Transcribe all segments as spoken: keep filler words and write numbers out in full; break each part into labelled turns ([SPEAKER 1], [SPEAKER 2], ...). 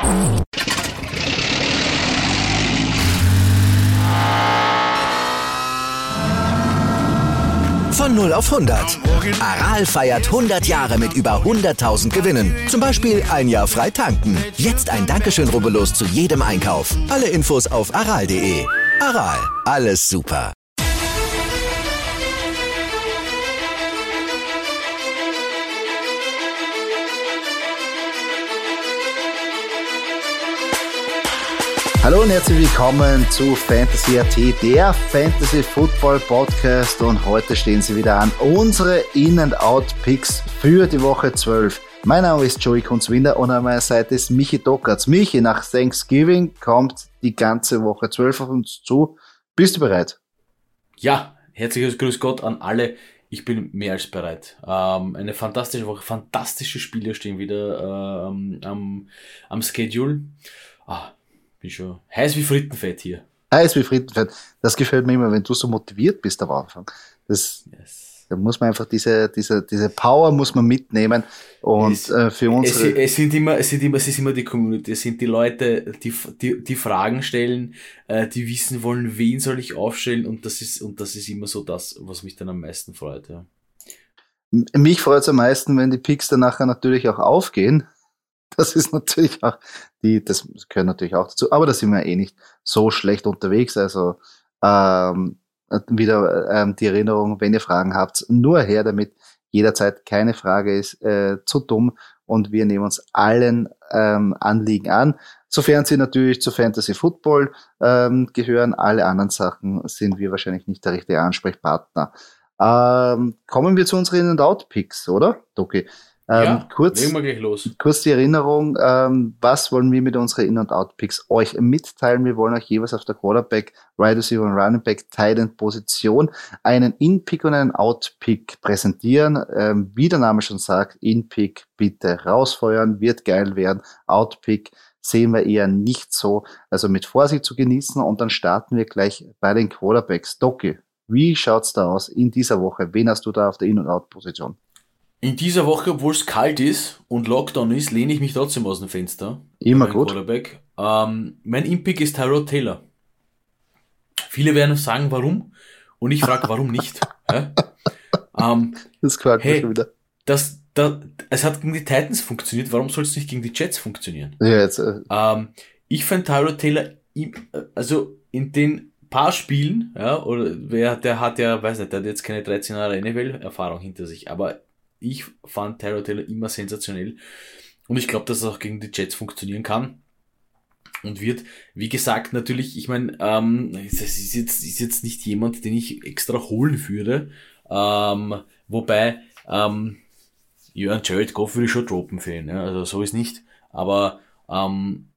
[SPEAKER 1] Von null auf hundert. Aral feiert hundert Jahre mit über hunderttausend Gewinnen. Zum Beispiel ein Jahr frei tanken. Jetzt ein Dankeschön, rubbellos zu jedem Einkauf. Alle Infos auf aral punkt de. Aral, alles super.
[SPEAKER 2] Hallo und herzlich willkommen zu Fantasy Punkt at, der Fantasy Football Podcast, und heute stehen sie wieder an, unsere In-and-Out-Picks für die Woche zwölf. Mein Name ist Joey Kunzwinder und an meiner Seite ist Michi Dockertz. Michi, nach Thanksgiving kommt die ganze Woche zwölf auf uns zu. Bist du bereit?
[SPEAKER 3] Ja, herzliches Grüß Gott an alle. Ich bin mehr als bereit. Ähm, eine fantastische Woche, fantastische Spiele stehen wieder ähm, am, am Schedule. Ah, bin schon heiß wie Frittenfett hier.
[SPEAKER 2] Heiß wie Frittenfett. Das gefällt mir immer, wenn du so motiviert bist am Anfang. Das, yes. Da muss man einfach diese, diese, diese Power muss man mitnehmen. Und es, äh, für uns.
[SPEAKER 3] Es, es sind immer, es sind immer, es ist immer die Community. Es sind die Leute, die, die, die Fragen stellen, äh, die wissen wollen, wen soll ich aufstellen, und das ist, und das ist immer so das, was mich dann am meisten freut, ja.
[SPEAKER 2] Mich freut es am meisten, wenn die Picks dann nachher natürlich auch aufgehen. Das ist natürlich auch, die, das gehört natürlich auch dazu, aber da sind wir eh nicht so schlecht unterwegs. Also ähm, wieder ähm, die Erinnerung, wenn ihr Fragen habt, nur her damit. Jederzeit, keine Frage ist äh, zu dumm, und wir nehmen uns allen ähm, Anliegen an, sofern sie natürlich zu Fantasy Football ähm, gehören. Alle anderen Sachen sind wir wahrscheinlich nicht der richtige Ansprechpartner. Ähm, kommen wir zu unseren In-and-Out-Picks, oder, Doki? Ähm,
[SPEAKER 3] ja,
[SPEAKER 2] kurz,
[SPEAKER 3] legen wir gleich los.
[SPEAKER 2] Kurz die Erinnerung, ähm, was wollen wir mit unseren In- und Out-Picks euch mitteilen? Wir wollen euch jeweils auf der Quarterback, Wide Receiver und Running Back Tight End Position einen In-Pick und einen Out-Pick präsentieren. Ähm, wie der Name schon sagt, In-Pick bitte rausfeuern, wird geil werden. Out-Pick sehen wir eher nicht so. Also mit Vorsicht zu genießen, und dann starten wir gleich bei den Quarterbacks. Doki, wie schaut's da aus in dieser Woche? Wen hast du da auf der In- und Out-Position?
[SPEAKER 3] In dieser Woche, obwohl es kalt ist und Lockdown ist, lehne ich mich trotzdem aus dem Fenster.
[SPEAKER 2] Immer gut.
[SPEAKER 3] Quarterback. Ähm, mein In-Pick ist Tyrod Taylor. Viele werden sagen, warum? Und ich frage, warum nicht? Hä? Ähm,
[SPEAKER 2] das gefällt
[SPEAKER 3] hey,
[SPEAKER 2] mir schon wieder.
[SPEAKER 3] Das, das, es hat gegen die Titans funktioniert, warum soll es nicht gegen die Jets funktionieren?
[SPEAKER 2] Ja, jetzt, äh,
[SPEAKER 3] ähm, ich fand Tyrod Taylor, also in den paar Spielen, ja, oder wer, der hat ja, weiß nicht, der hat jetzt keine dreizehn Jahre N F L-Erfahrung hinter sich, aber ich fand Tyrod Taylor immer sensationell, und ich glaube, dass es auch gegen die Jets funktionieren kann und wird. Wie gesagt, natürlich, ich meine, ähm, das ist jetzt, ist jetzt nicht jemand, den ich extra holen würde, ähm, wobei, ähm, ja, Jared Goff würde ich schon droppen für ihn, ja, also so ist nicht, aber ähm,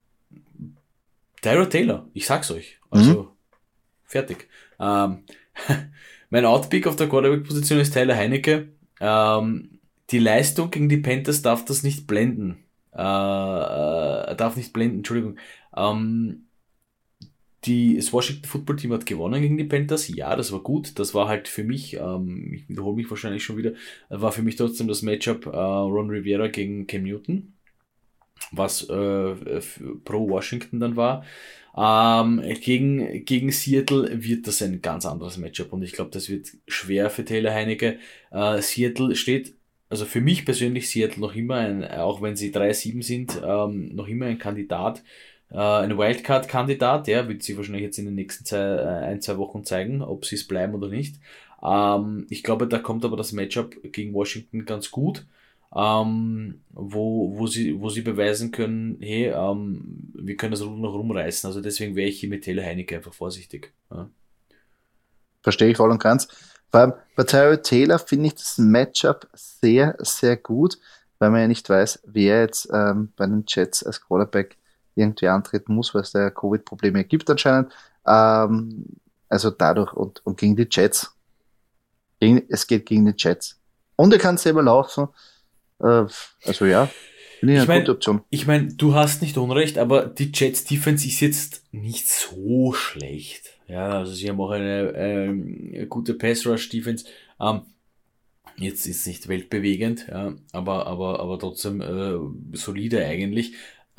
[SPEAKER 3] Tyrod Taylor, ich sag's euch, also mhm. fertig. Ähm, mein Outpick auf der Quarterback-Position ist Tyler Heinecke. Ähm, die Leistung gegen die Panthers darf das nicht blenden. Äh, äh, darf nicht blenden, Entschuldigung. Ähm, die, das Washington Football Team hat gewonnen gegen die Panthers. Ja, das war gut. Das war halt für mich, ähm, ich wiederhole mich wahrscheinlich schon wieder, war für mich trotzdem das Matchup äh, Ron Rivera gegen Cam Newton, was äh, pro Washington dann war. Ähm, gegen, gegen Seattle wird das ein ganz anderes Matchup, und ich glaube, das wird schwer für Taylor Heinecke. Äh, Seattle steht, also für mich persönlich Seattle noch immer, ein, auch wenn sie drei sieben sind, ähm, noch immer ein Kandidat, äh, ein Wildcard-Kandidat, ja, wird sie wahrscheinlich jetzt in den nächsten zwei, äh, ein, zwei Wochen zeigen, ob sie es bleiben oder nicht. Ähm, ich glaube, da kommt aber das Matchup gegen Washington ganz gut. Ähm, wo, wo sie, wo sie beweisen können, hey, ähm, wir können das noch rumreißen. Also deswegen wäre ich hier mit Taylor Heinecke einfach vorsichtig. Ja.
[SPEAKER 2] Verstehe ich voll und ganz. Vor allem bei Tyrod Taylor finde ich das Matchup sehr, sehr gut, weil man ja nicht weiß, wer jetzt ähm, bei den Jets als Quarterback irgendwie antreten muss, weil es da Covid-Probleme gibt anscheinend. Ähm, also dadurch, und, und gegen die Jets. Gegen, es geht gegen die Jets. Und er kann selber laufen. Also ja, finde ich eine
[SPEAKER 3] mein,
[SPEAKER 2] gute Option.
[SPEAKER 3] Ich meine, du hast nicht Unrecht, aber die Jets Defense ist jetzt nicht so schlecht. Ja, also sie haben auch eine ähm, gute Pass Rush Defense. Ähm, jetzt ist es nicht weltbewegend, ja, aber aber aber trotzdem äh, solide eigentlich.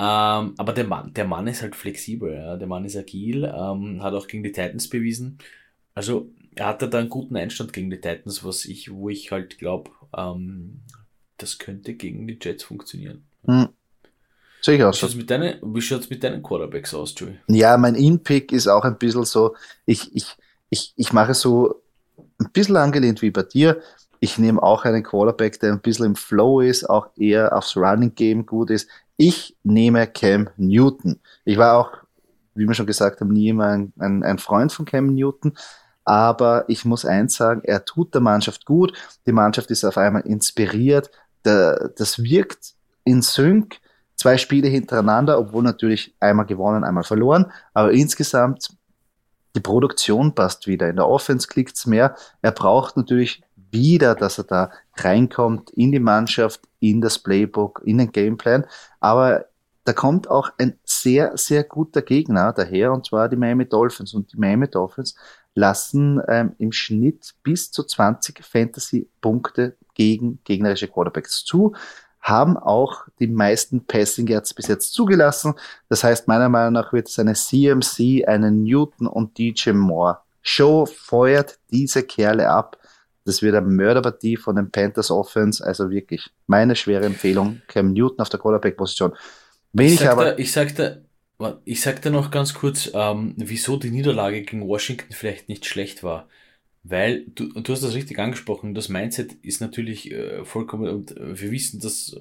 [SPEAKER 3] Ähm, aber der Mann, der Mann ist halt flexibel, ja. Der Mann ist agil, ähm, hat auch gegen die Titans bewiesen. Also er hatte da einen guten Einstand gegen die Titans, was ich, wo ich halt glaube, ähm, das könnte gegen die Jets funktionieren.
[SPEAKER 2] Hm. Sicher
[SPEAKER 3] Wie schaut's mit deinen, wie schaut's mit deinen Quarterbacks aus, Joey?
[SPEAKER 2] Ja, mein In-Pick ist auch ein bisschen so, ich, ich, ich, ich mache so ein bisschen angelehnt wie bei dir. Ich nehme auch einen Quarterback, der ein bisschen im Flow ist, auch eher aufs Running Game gut ist. Ich nehme Cam Newton. Ich war auch, wie wir schon gesagt haben, nie immer ein, ein, ein Freund von Cam Newton. Aber ich muss eins sagen, er tut der Mannschaft gut. Die Mannschaft ist auf einmal inspiriert. Der, das wirkt in Sync. Zwei Spiele hintereinander, obwohl natürlich einmal gewonnen, einmal verloren. Aber insgesamt, die Produktion passt wieder. In der Offense klickt's mehr. Er braucht natürlich wieder, dass er da reinkommt in die Mannschaft, in das Playbook, in den Gameplan. Aber da kommt auch ein sehr, sehr guter Gegner daher, und zwar die Miami Dolphins. Und die Miami Dolphins lassen ähm, im Schnitt bis zu zwanzig Fantasy-Punkte gegen gegnerische Quarterbacks zu, haben auch die meisten Passing Yards bis jetzt zugelassen. Das heißt, meiner Meinung nach wird es eine C M C, einen Newton und D J Moore Show. Feuert diese Kerle ab. Das wird eine Mörderpartie von den Panthers Offense. Also wirklich meine schwere Empfehlung. Cam Newton auf der Quarterback-Position. Wenn
[SPEAKER 3] Ich
[SPEAKER 2] ich
[SPEAKER 3] sag,
[SPEAKER 2] aber,
[SPEAKER 3] da, ich, sag da, ich sag da noch ganz kurz, ähm, wieso die Niederlage gegen Washington vielleicht nicht schlecht war. Weil, du, du hast das richtig angesprochen, das Mindset ist natürlich äh, vollkommen, und wir wissen das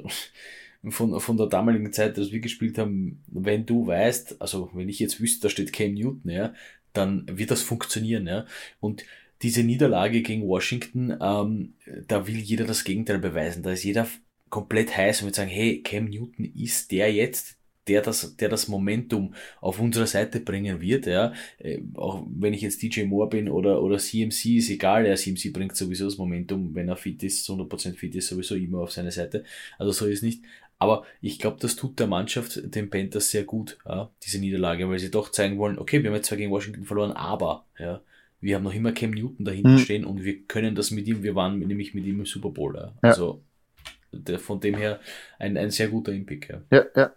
[SPEAKER 3] von, von der damaligen Zeit, dass wir gespielt haben, wenn du weißt, also wenn ich jetzt wüsste, da steht Cam Newton, ja, dann wird das funktionieren, ja. Und diese Niederlage gegen Washington, ähm, da will jeder das Gegenteil beweisen, da ist jeder komplett heiß und wird sagen, hey, Cam Newton ist der jetzt, der das, der das Momentum auf unsere Seite bringen wird, ja, äh, auch wenn ich jetzt D J Moore bin oder, oder C M C, ist egal, ja, C M C bringt sowieso das Momentum, wenn er fit ist, hundert Prozent fit ist, sowieso immer auf seine Seite, also so ist nicht, aber ich glaube, das tut der Mannschaft, den Panthers, sehr gut, ja, diese Niederlage, weil sie doch zeigen wollen, okay, wir haben jetzt zwar gegen Washington verloren, aber, ja, wir haben noch immer Cam Newton dahinter
[SPEAKER 2] hm,
[SPEAKER 3] stehen und wir können das mit ihm, wir waren nämlich mit ihm im Super Bowl, ja,
[SPEAKER 2] ja,
[SPEAKER 3] also der, von dem her ein, ein sehr guter Impick, ja.
[SPEAKER 2] ja, ja.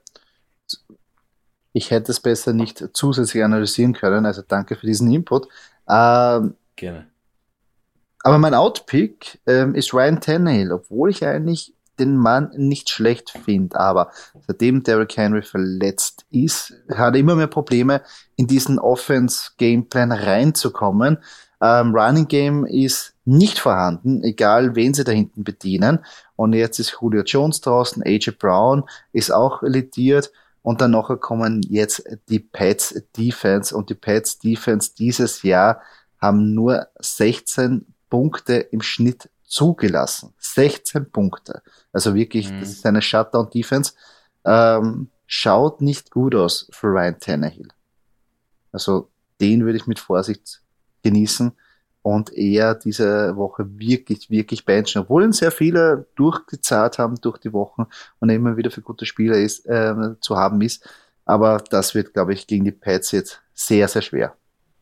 [SPEAKER 2] Ich hätte es besser nicht zusätzlich analysieren können, also danke für diesen Input. Ähm,
[SPEAKER 3] Gerne.
[SPEAKER 2] aber mein Outpick ähm, ist Ryan Tannehill, obwohl ich eigentlich den Mann nicht schlecht finde, aber seitdem Derrick Henry verletzt ist, hat er immer mehr Probleme, in diesen Offense-Gameplan reinzukommen. Ähm, Running Game ist nicht vorhanden, egal wen sie da hinten bedienen. Und jetzt ist Julio Jones draußen, A J Brown ist auch lediert. Und dann nachher kommen jetzt die Pats Defense. Und die Pats Defense dieses Jahr haben nur sechzehn Punkte im Schnitt zugelassen. sechzehn Punkte. Also wirklich,
[SPEAKER 3] Mhm.
[SPEAKER 2] das ist eine Shutdown-Defense. Ähm, schaut nicht gut aus für Ryan Tannehill. Also den würde ich mit Vorsicht genießen und eher diese Woche wirklich, wirklich benchen, obwohl ihn sehr viele durchgezahlt haben durch die Wochen und er immer wieder für gute Spieler ist, äh, zu haben ist. Aber das wird, glaube ich, gegen die Pats jetzt sehr, sehr schwer.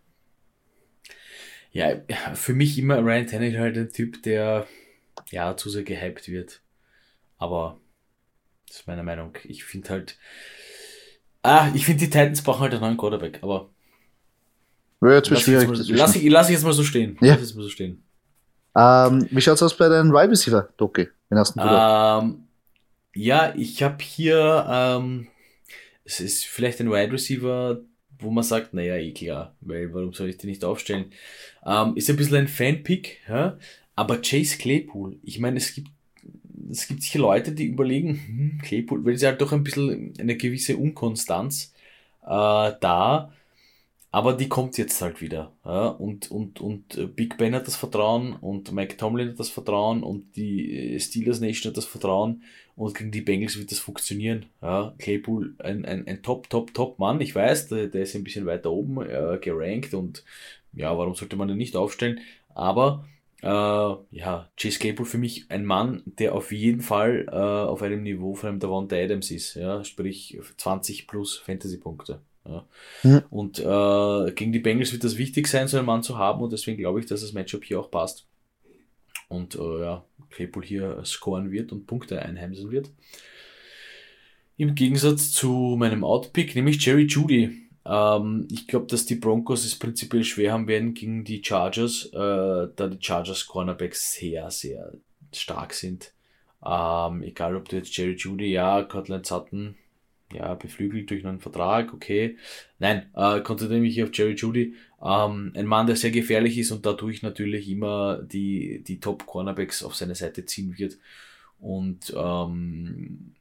[SPEAKER 3] Ja, für mich immer Ryan Tannehill halt ein Typ, der ja zu sehr gehypt wird. Aber das ist meine Meinung. Ich finde halt, ah, ich finde die Titans brauchen halt einen neuen Quarterback, aber
[SPEAKER 2] Wird jetzt
[SPEAKER 3] lass ich,
[SPEAKER 2] schwierig.
[SPEAKER 3] jetzt mal,
[SPEAKER 2] dazwischen.
[SPEAKER 3] lass, ich, lass ich jetzt mal so stehen.
[SPEAKER 2] Ja.
[SPEAKER 3] Lass ich jetzt mal so stehen.
[SPEAKER 2] Ähm, wie schaut's aus bei deinen Wide Receiver, Doki? Wen hast denn du da?
[SPEAKER 3] Ähm, ja, ich habe hier, ähm, es ist vielleicht ein Wide Receiver, wo man sagt, naja, eh klar, weil warum soll ich den nicht aufstellen? Ähm, ist ein bisschen ein Fan-Pick, ja? Aber Chase Claypool, ich meine, es gibt es gibt sicher Leute, die überlegen, hm, Claypool, weil es halt doch ein bisschen eine gewisse Unkonstanz äh, da, aber die kommt jetzt halt wieder. Ja? Und, und, und äh, Big Ben hat das Vertrauen und Mike Tomlin hat das Vertrauen und die äh, Steelers Nation hat das Vertrauen und gegen die Bengals wird das funktionieren. Ja? Claypool, ein, ein, ein Top, Top, Top Mann, ich weiß, der, der ist ein bisschen weiter oben äh, gerankt und ja, warum sollte man den nicht aufstellen? Aber äh, ja, Chase Claypool für mich ein Mann, der auf jeden Fall äh, auf einem Niveau von einem Davante Adams ist, ja, sprich zwanzig plus Fantasy-Punkte. Ja.
[SPEAKER 2] Hm.
[SPEAKER 3] Und äh, gegen die Bengals wird das wichtig sein, so einen Mann zu haben und deswegen glaube ich, dass das Matchup hier auch passt. Und äh, ja, Claypool hier scoren wird und Punkte einheimsen wird. Im Gegensatz zu meinem Outpick, nämlich Jerry Jeudy. Ähm, ich glaube, dass die Broncos es prinzipiell schwer haben werden gegen die Chargers, äh, da die Chargers Cornerbacks sehr, sehr stark sind. Ähm, egal, ob du jetzt Jerry Jeudy, ja, Cortland Sutton, ja, beflügelt durch einen Vertrag, okay. Nein, äh, konzentriere mich hier auf Jerry Jeudy. Ähm, ein Mann, der sehr gefährlich ist und dadurch natürlich immer die, die Top-Cornerbacks auf seine Seite ziehen wird. Und ähm,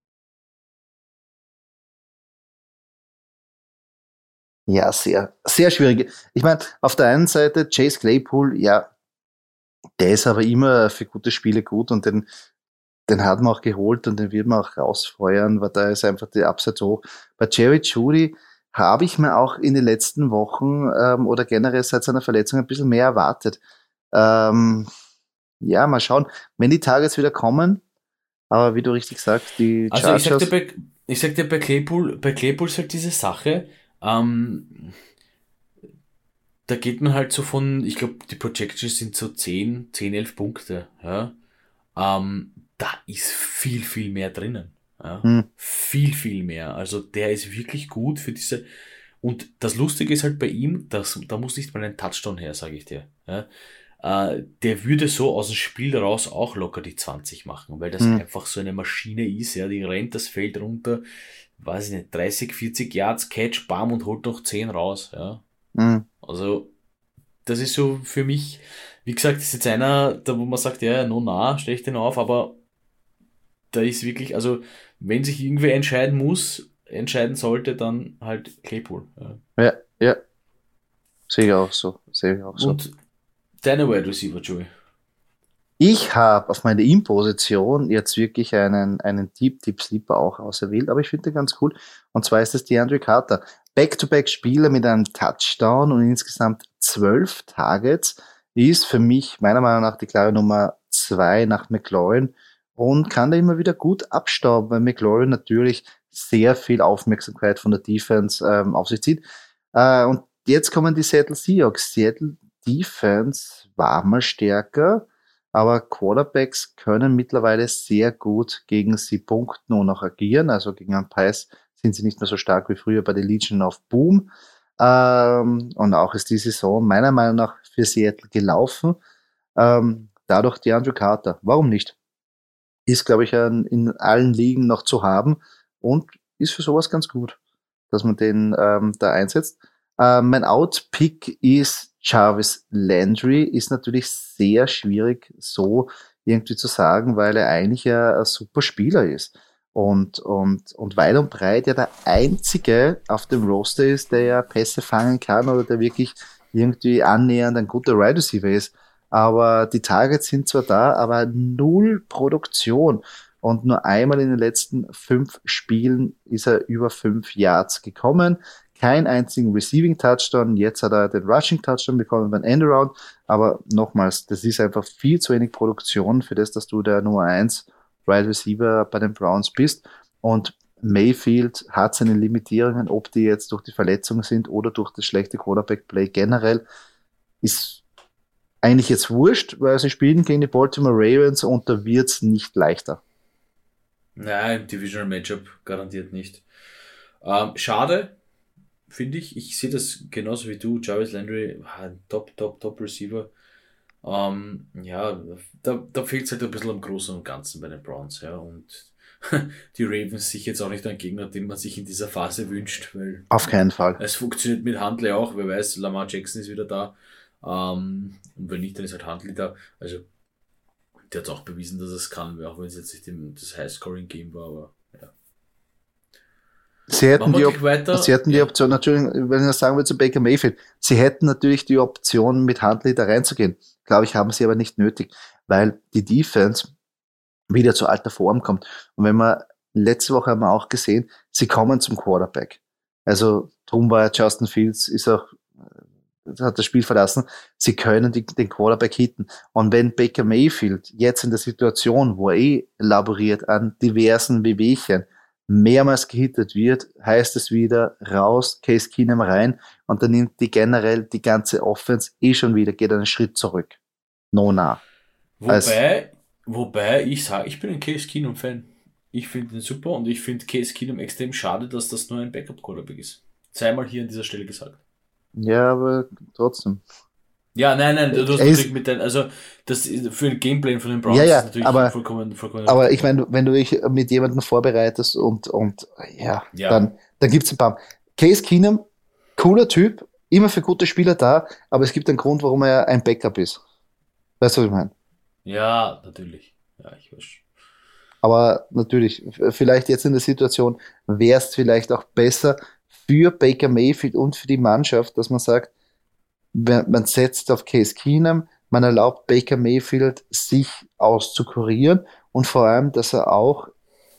[SPEAKER 2] Ja, sehr, sehr schwierig. Ich meine, auf der einen Seite Chase Claypool, ja, der ist aber immer für gute Spiele gut und den, den hat man auch geholt und den wird man auch rausfeuern, weil da ist einfach die Upside so hoch. Bei Jerry Jeudy habe ich mir auch in den letzten Wochen ähm, oder generell seit seiner Verletzung ein bisschen mehr erwartet. Ähm, ja, mal schauen, wenn die Targets wieder kommen, aber wie du richtig sagst, die
[SPEAKER 3] also ich sag dir
[SPEAKER 2] Chargers,
[SPEAKER 3] bei, ich sag dir bei Claypool, bei Claypool ist halt diese Sache, ähm, da geht man halt so von, ich glaube, die Projections sind so zehn, zehn, elf Punkte, ja. Ähm, da ist viel, viel mehr drinnen. Ja.
[SPEAKER 2] hm,
[SPEAKER 3] Viel, viel mehr. Also der ist wirklich gut für diese. Und das Lustige ist halt bei ihm, dass, da muss nicht mal ein Touchdown her, sage ich dir. Ja. Äh, der würde so aus dem Spiel raus auch locker die zwanzig machen, weil das
[SPEAKER 2] hm,
[SPEAKER 3] einfach so eine Maschine ist. Ja. Die rennt das Feld runter, weiß ich nicht, dreißig, vierzig Yards, Catch, bam und holt noch zehn raus. Ja.
[SPEAKER 2] hm.
[SPEAKER 3] Also das ist so für mich, wie gesagt, das ist jetzt einer, da wo man sagt, ja, no nah, stelle ich den auf, aber da ist wirklich, also wenn sich irgendwer entscheiden muss, entscheiden sollte, dann halt Claypool. Ja.
[SPEAKER 2] Ja, ja, sehe ich auch so, sehe ich auch so.
[SPEAKER 3] Und deine Wide Receiver, Joey.
[SPEAKER 2] Ich habe auf meiner In-Position jetzt wirklich einen, einen Deep, Deep Sleeper auch auserwählt, aber ich finde den ganz cool. Und zwar ist es DeAndre Carter. Back-to-Back-Spieler mit einem Touchdown und insgesamt zwölf Targets ist für mich meiner Meinung nach die klare Nummer zwei nach McLaurin und kann da immer wieder gut abstauben, weil McLaurin natürlich sehr viel Aufmerksamkeit von der Defense ähm, auf sich zieht. Äh, und jetzt kommen die Seattle Seahawks. Seattle Defense war mal stärker, aber Quarterbacks können mittlerweile sehr gut gegen sie punkten und auch agieren. Also gegen einen Pass sind sie nicht mehr so stark wie früher bei der Legion of Boom. Ähm, und auch ist die Saison meiner Meinung nach für Seattle gelaufen. Ähm, dadurch DeAndre Carter. Warum nicht? Ist, glaube ich, ein, in allen Ligen noch zu haben und ist für sowas ganz gut, dass man den ähm, da einsetzt. Äh, mein Outpick ist Jarvis Landry, ist natürlich sehr schwierig so irgendwie zu sagen, weil er eigentlich ja ein super Spieler ist. Und, und, und weit und breit ja der einzige auf dem Roster ist, der ja Pässe fangen kann oder der wirklich irgendwie annähernd ein guter Wide Receiver ist. Aber die Targets sind zwar da, aber null Produktion. Und nur einmal in den letzten fünf Spielen ist er über fünf Yards gekommen. Kein einzigen Receiving Touchdown. Jetzt hat er den Rushing Touchdown bekommen beim Endaround. Aber nochmals, das ist einfach viel zu wenig Produktion für das, dass du der Nummer eins Wide Receiver bei den Browns bist. Und Mayfield hat seine Limitierungen, ob die jetzt durch die Verletzungen sind oder durch das schlechte Quarterback-Play generell, ist eigentlich jetzt wurscht, weil sie spielen gegen die Baltimore Ravens und da wird's nicht leichter.
[SPEAKER 3] Nein, im Divisional Matchup garantiert nicht. Ähm, schade, finde ich. Ich sehe das genauso wie du. Jarvis Landry, ein Top, Top, Top Receiver. Ähm, ja, da, da fehlt es halt ein bisschen am Großen und Ganzen bei den Browns, ja. Und die Ravens sich jetzt auch nicht ein Gegner, den man sich in dieser Phase wünscht, weil
[SPEAKER 2] Auf keinen Fall.
[SPEAKER 3] es funktioniert mit Huntley auch. Wer weiß, Lamar Jackson ist wieder da. Ähm, und wenn nicht, dann ist halt Huntley da. Also, der hat auch bewiesen, dass er es kann, auch wenn es jetzt nicht im, das High-Scoring-Game war, aber ja.
[SPEAKER 2] Sie hätten, die, Op
[SPEAKER 3] weiter.
[SPEAKER 2] sie hätten die
[SPEAKER 3] Ja.
[SPEAKER 2] Option, natürlich, wenn ich das sagen will zu Baker Mayfield, sie hätten natürlich die Option, mit Huntley da reinzugehen. Glaube ich, haben sie aber nicht nötig, weil die Defense wieder zu alter Form kommt. Und wenn man, letzte Woche haben wir auch gesehen, sie kommen zum Quarterback. Also, drum war Justin Fields, ist auch, hat das Spiel verlassen. Sie können die, den Quarterback hitten. Und wenn Baker Mayfield jetzt in der Situation, wo er eh laboriert an diversen Wehwehchen, mehrmals gehittet wird, heißt es wieder raus, Case Keenum rein und dann nimmt die generell die ganze Offense eh schon wieder, geht einen Schritt zurück. No nah.
[SPEAKER 3] Wobei, wobei ich sage, ich bin ein Case Keenum Fan. Ich finde ihn super und ich finde Case Keenum extrem schade, dass das nur ein Backup-Quarterback ist. Zweimal hier an dieser Stelle gesagt.
[SPEAKER 2] Ja, aber trotzdem.
[SPEAKER 3] Ja, nein, nein, du hast
[SPEAKER 2] Er
[SPEAKER 3] natürlich
[SPEAKER 2] ist,
[SPEAKER 3] mit deinem, also das ist für ein Gameplay von den
[SPEAKER 2] ja,
[SPEAKER 3] Browns ist
[SPEAKER 2] ja,
[SPEAKER 3] natürlich
[SPEAKER 2] aber,
[SPEAKER 3] vollkommen, vollkommen
[SPEAKER 2] aber
[SPEAKER 3] richtig.
[SPEAKER 2] ich meine, wenn du dich mit jemandem vorbereitest und, und ja,
[SPEAKER 3] Ja,
[SPEAKER 2] dann, dann gibt's ein paar. Case Keenum, cooler Typ, immer für gute Spieler da, aber es gibt einen Grund, warum er ein Backup ist. Weißt du, was ich meine?
[SPEAKER 3] ja, natürlich. Ja, ich weiß.
[SPEAKER 2] Aber natürlich, f- vielleicht jetzt in der Situation wäre es vielleicht auch besser für Baker Mayfield und für die Mannschaft, dass man sagt, man man setzt auf Case Keenum, man erlaubt Baker Mayfield, sich auszukurieren und vor allem, dass er auch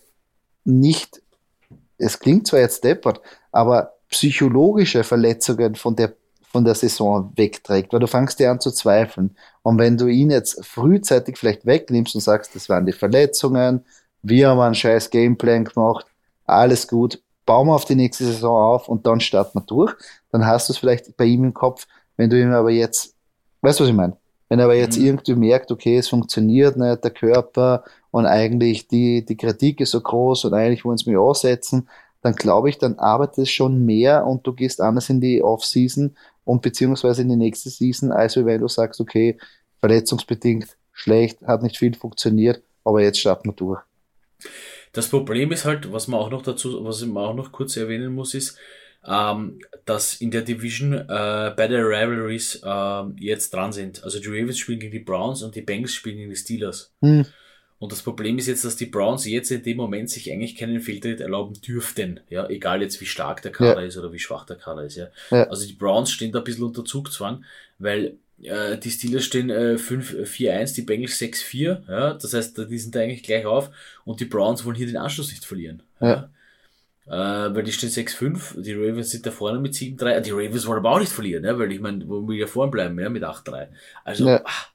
[SPEAKER 2] nicht, es klingt zwar jetzt deppert, aber psychologische Verletzungen von der, von der Saison wegträgt, weil du fangst dir an zu zweifeln. Und wenn du ihn jetzt frühzeitig vielleicht wegnimmst und sagst, das waren die Verletzungen, wir haben einen scheiß Gameplan gemacht, alles gut, bauen wir auf die nächste Saison auf und dann starten wir durch, dann hast du es vielleicht bei ihm im Kopf, wenn du ihm aber jetzt, weißt du, was ich meine? Wenn er aber jetzt
[SPEAKER 3] Mhm.
[SPEAKER 2] irgendwie merkt, okay, es funktioniert nicht, der Körper und eigentlich die, die Kritik ist so groß und eigentlich wollen sie mich aussetzen, dann glaube ich, dann arbeitet es schon mehr und du gehst anders in die Off-Season und beziehungsweise in die nächste Season, als wenn du sagst, okay, verletzungsbedingt schlecht, hat nicht viel funktioniert, aber jetzt starten wir durch.
[SPEAKER 3] Das Problem ist halt, was man auch noch dazu, was man auch noch kurz erwähnen muss, ist, ähm, dass in der Division äh, beide Rivalries ähm, jetzt dran sind. Also die Ravens spielen gegen die Browns und die Bengals spielen gegen die Steelers.
[SPEAKER 2] Hm,
[SPEAKER 3] Und das Problem ist jetzt, dass die Browns jetzt in dem Moment sich eigentlich keinen Fehltritt erlauben dürften. Ja, egal jetzt wie stark der
[SPEAKER 2] ja,
[SPEAKER 3] Kader ist oder wie schwach der Kader ist. Ja.
[SPEAKER 2] ja,
[SPEAKER 3] Also die Browns stehen da ein bisschen unter Zugzwang, weil äh, die Steelers stehen äh, fünf vier eins, die Bengals sechs vier. Ja. Das heißt, die sind da eigentlich gleich auf und die Browns wollen hier den Anschluss nicht verlieren.
[SPEAKER 2] ja,
[SPEAKER 3] Ja. Äh, weil die stehen sechs fünf, die Ravens sind da vorne mit sieben drei. Die Ravens wollen aber auch nicht verlieren, ja, weil ich meine, wo wir ja vorne bleiben, ja, mit acht drei. Also,
[SPEAKER 2] ja,
[SPEAKER 3] ah,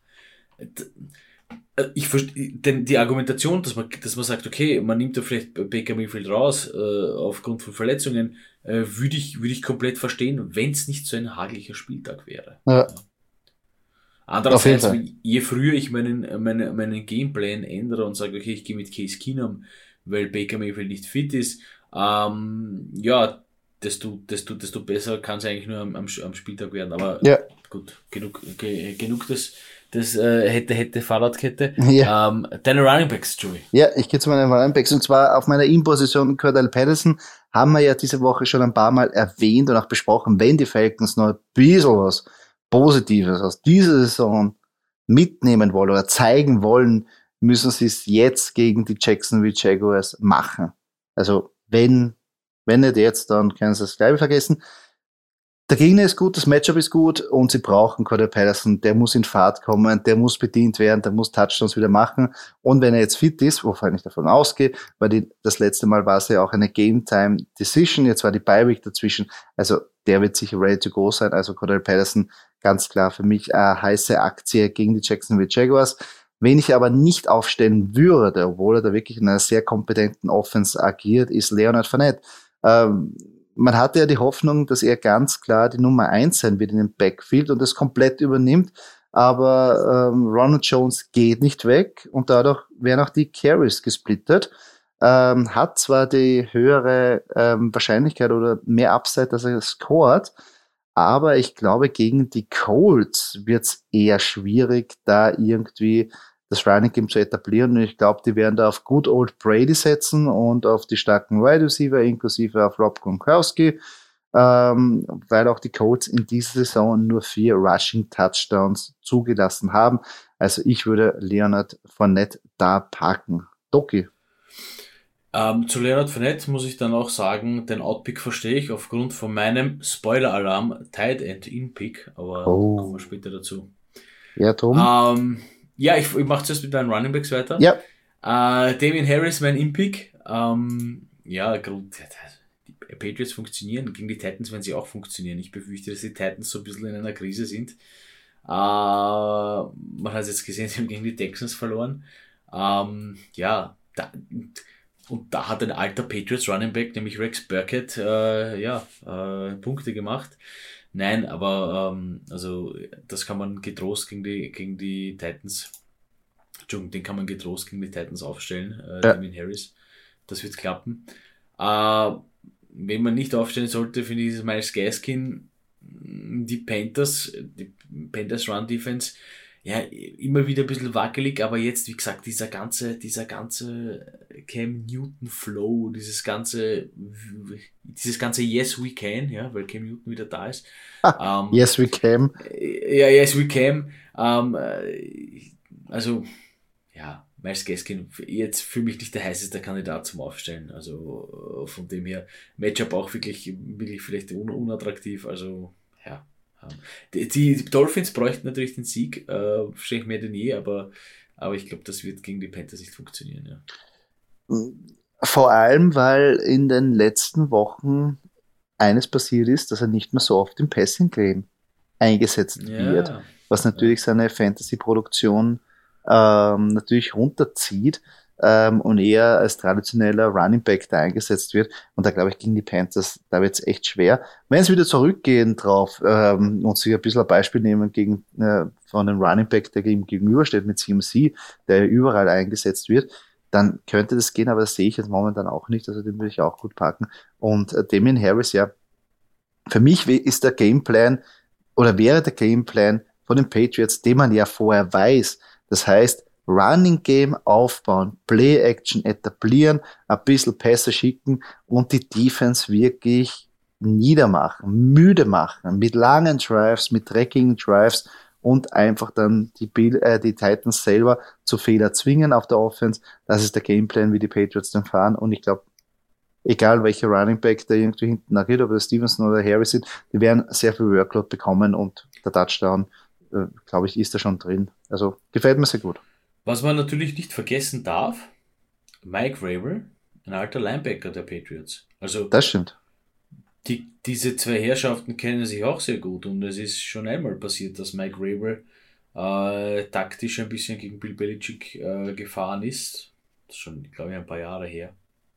[SPEAKER 3] äh, ich verstehe, denn die Argumentation, dass man, dass man sagt, okay, man nimmt da vielleicht Baker Mayfield raus, äh, aufgrund von Verletzungen, äh, würde ich, würde ich komplett verstehen, wenn es nicht so ein hageliger Spieltag wäre.
[SPEAKER 2] ja, auf jeden
[SPEAKER 3] Andererseits,
[SPEAKER 2] Fall.
[SPEAKER 3] je früher ich meinen, meinen, meinen Gameplan ändere und sage, okay, ich gehe mit Case Keenum, weil Baker Mayfield nicht fit ist, ähm, ja, desto, desto, desto besser kann es eigentlich nur am, am, am Spieltag werden. Aber
[SPEAKER 2] Ja,
[SPEAKER 3] gut, genug, ge, genug des, des äh, hätte, hätte, Fahrradkette.
[SPEAKER 2] ja.
[SPEAKER 3] Ähm, deine Running Backs, Joey.
[SPEAKER 2] Ja, ich gehe zu meinen Runningbacks und zwar auf meiner In-Position Cordell Patterson haben wir ja diese Woche schon ein paar Mal erwähnt und auch besprochen, wenn die Falcons noch ein bisschen was Positives aus dieser Saison mitnehmen wollen oder zeigen wollen, müssen sie es jetzt gegen die Jacksonville Jaguars machen. Also wenn, wenn nicht jetzt, dann können sie es gleich vergessen. Der Gegner ist gut, das Matchup ist gut und sie brauchen Cordell Patterson. Der muss in Fahrt kommen, der muss bedient werden, der muss Touchdowns wieder machen. Und wenn er jetzt fit ist, wovon ich davon ausgehe, weil die, das letzte Mal war es ja auch eine Game-Time-Decision, jetzt war die Bye-Week dazwischen, also der wird sicher ready to go sein. Also Cordell Patterson, ganz klar für mich eine heiße Aktie gegen die Jacksonville Jaguars. Wen ich aber nicht aufstellen würde, obwohl er da wirklich in einer sehr kompetenten Offense agiert, ist Leonard Fournette. Ähm, man hatte ja die Hoffnung, dass er ganz klar die Nummer eins sein wird in dem Backfield und das komplett übernimmt. Aber ähm, Ronald Jones geht nicht weg und dadurch werden auch die Carries gesplittet. Ähm, hat zwar die höhere ähm, Wahrscheinlichkeit oder mehr Upside, dass er scored, aber ich glaube, gegen die Colts wird es eher schwierig, da irgendwie das Running Game zu etablieren. Und ich glaube, die werden da auf Good Old Brady setzen und auf die starken Wide Receiver, inklusive auf Rob Gronkowski, ähm, weil auch die Colts in dieser Saison nur vier Rushing Touchdowns zugelassen haben. Also ich würde Leonard Fournette da parken. Doki.
[SPEAKER 3] Ähm, zu Leonard Fournette muss ich dann auch sagen, den Outpick verstehe ich aufgrund von meinem Spoiler-Alarm Tight End In-Pick, aber da kommen
[SPEAKER 2] Oh.
[SPEAKER 3] wir später dazu.
[SPEAKER 2] Ja, Tom?
[SPEAKER 3] Ähm, ja, ich, ich mache zuerst mit meinen Running Backs weiter.
[SPEAKER 2] Ja.
[SPEAKER 3] Äh, Damien Harris, mein In-Pick. Ähm, ja, Grund, die Patriots funktionieren, gegen die Titans werden sie auch funktionieren. Ich befürchte, dass die Titans so ein bisschen in einer Krise sind. Äh, man hat es jetzt gesehen, sie haben gegen die Texans verloren. Ähm, ja, da, und da hat ein alter Patriots Running Back, nämlich Rex Burkhead, äh, ja, äh, Punkte gemacht. Nein, aber ähm, also das kann man getrost gegen die gegen die Titans, Entschuldigung, den kann man getrost gegen die Titans aufstellen, äh,
[SPEAKER 2] Ja.
[SPEAKER 3] Damien Harris. das wird klappen. Äh, wenn man nicht aufstellen sollte, finde ich, ist Myles Gaskin, die Panthers, die Panthers Run Defense, ja, immer wieder ein bisschen wackelig, aber jetzt, wie gesagt, dieser ganze, dieser ganze Cam Newton Flow, dieses ganze, dieses ganze Yes We Can, ja, weil Cam Newton wieder da ist.
[SPEAKER 2] Ah, um, yes We Can.
[SPEAKER 3] Ja, Yes We Can. Um, also, ja, Myles Gaskin jetzt für mich nicht der heißeste Kandidat zum Aufstellen. Also von dem her, Matchup auch wirklich, wirklich vielleicht un- unattraktiv. Also, ja. Die, die Dolphins bräuchten natürlich den Sieg, äh, wahrscheinlich mehr denn je, aber, aber ich glaube, das wird gegen die Panthers nicht funktionieren. Ja.
[SPEAKER 2] Vor allem, weil in den letzten Wochen eines passiert ist, dass er nicht mehr so oft im Passing Game eingesetzt ja. wird, was natürlich ja. seine Fantasy-Produktion ähm, natürlich runterzieht. Ähm, und eher als traditioneller Running Back da eingesetzt wird. Und da glaube ich, gegen die Panthers, da wird es echt schwer. Wenn sie wieder zurückgehen drauf ähm, und sich ein bisschen ein Beispiel nehmen gegen äh, von einem Running Back, der ihm gegenübersteht mit C M C, der überall eingesetzt wird, dann könnte das gehen, aber das sehe ich jetzt momentan auch nicht. Also den würde ich auch gut packen. Und äh, Damien Harris, ja, für mich ist der Gameplan oder wäre der Gameplan von den Patriots, den man ja vorher weiß. Das heißt, Running Game aufbauen, Play Action etablieren, ein bisschen Pässe schicken und die Defense wirklich niedermachen, müde machen, mit langen Drives, mit dreckigen Drives und einfach dann die, Bill, äh, die Titans selber zu Fehler zwingen auf der Offense. Das ist der Gameplan, wie die Patriots dann fahren. Und ich glaube, egal welcher Running Back da irgendwie hinten nachgeht, ob das Stevenson oder Harris sind, die werden sehr viel Workload bekommen und der Touchdown, äh, glaube ich, ist da schon drin. Also gefällt mir sehr gut.
[SPEAKER 3] Was man natürlich nicht vergessen darf, Mike Vrabel, ein alter Linebacker der Patriots. Also
[SPEAKER 2] das stimmt.
[SPEAKER 3] Die, diese zwei Herrschaften kennen sich auch sehr gut und es ist schon einmal passiert, dass Mike Vrabel äh, taktisch ein bisschen gegen Bill Belichick äh, gefahren ist. Das ist schon, glaube ich, ein paar Jahre her.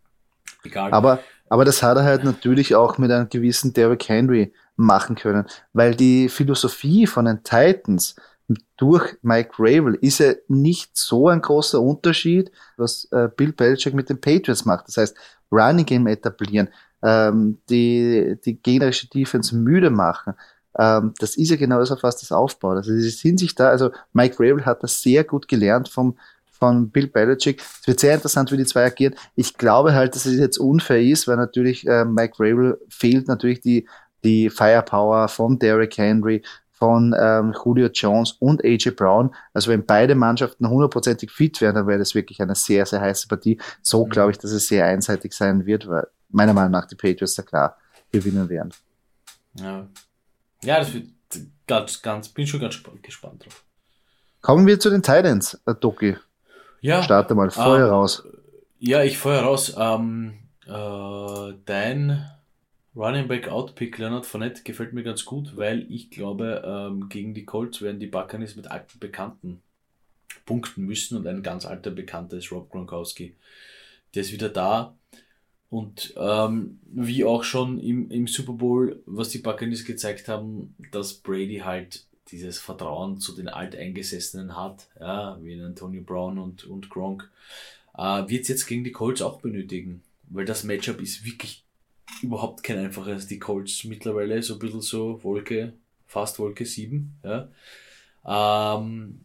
[SPEAKER 3] Egal.
[SPEAKER 2] Aber, aber das hat er halt natürlich auch mit einem gewissen Derrick Henry machen können, weil die Philosophie von den Titans durch Mike Vrabel ist ja nicht so ein großer Unterschied, was äh, Bill Belichick mit den Patriots macht. Das heißt, Running Game etablieren, ähm, die, die gegnerische Defense müde machen. Ähm, das ist ja genau das, auf was das aufbaut. Also sie sind sich da, also Mike Vrabel hat das sehr gut gelernt vom, von Bill Belichick. Es wird sehr interessant, wie die zwei agieren. Ich glaube halt, dass es jetzt unfair ist, weil natürlich äh, Mike Vrabel fehlt natürlich die, die Firepower von Derrick Henry, von ähm, Julio Jones und A J Brown. Also wenn beide Mannschaften hundertprozentig fit wären, dann wäre das wirklich eine sehr, sehr heiße Partie. So mhm. glaube ich, dass es sehr einseitig sein wird, weil meiner Meinung nach die Patriots da klar gewinnen werden.
[SPEAKER 3] Ja, ja, das wird ganz, ganz, bin schon ganz gespannt drauf.
[SPEAKER 2] Kommen wir zu den Titans, äh, Doki.
[SPEAKER 3] Ja.
[SPEAKER 2] Starte mal, Feuer
[SPEAKER 3] ähm,
[SPEAKER 2] raus.
[SPEAKER 3] Ja, ich feuer raus. Ähm, äh, dein Running Back Outpick Leonard Fournette gefällt mir ganz gut, weil ich glaube, ähm, gegen die Colts werden die Buccaneers mit alten Bekannten punkten müssen und ein ganz alter Bekannter ist Rob Gronkowski. Der ist wieder da und ähm, wie auch schon im, im Super Bowl, was die Buccaneers gezeigt haben, dass Brady halt dieses Vertrauen zu den Alteingesessenen hat, ja, wie in Antonio Brown und, und Gronk, äh, wird es jetzt gegen die Colts auch benötigen, weil das Matchup ist wirklich überhaupt kein einfaches. Die Colts mittlerweile so ein bisschen so Wolke, fast Wolke sieben, ja. Ähm,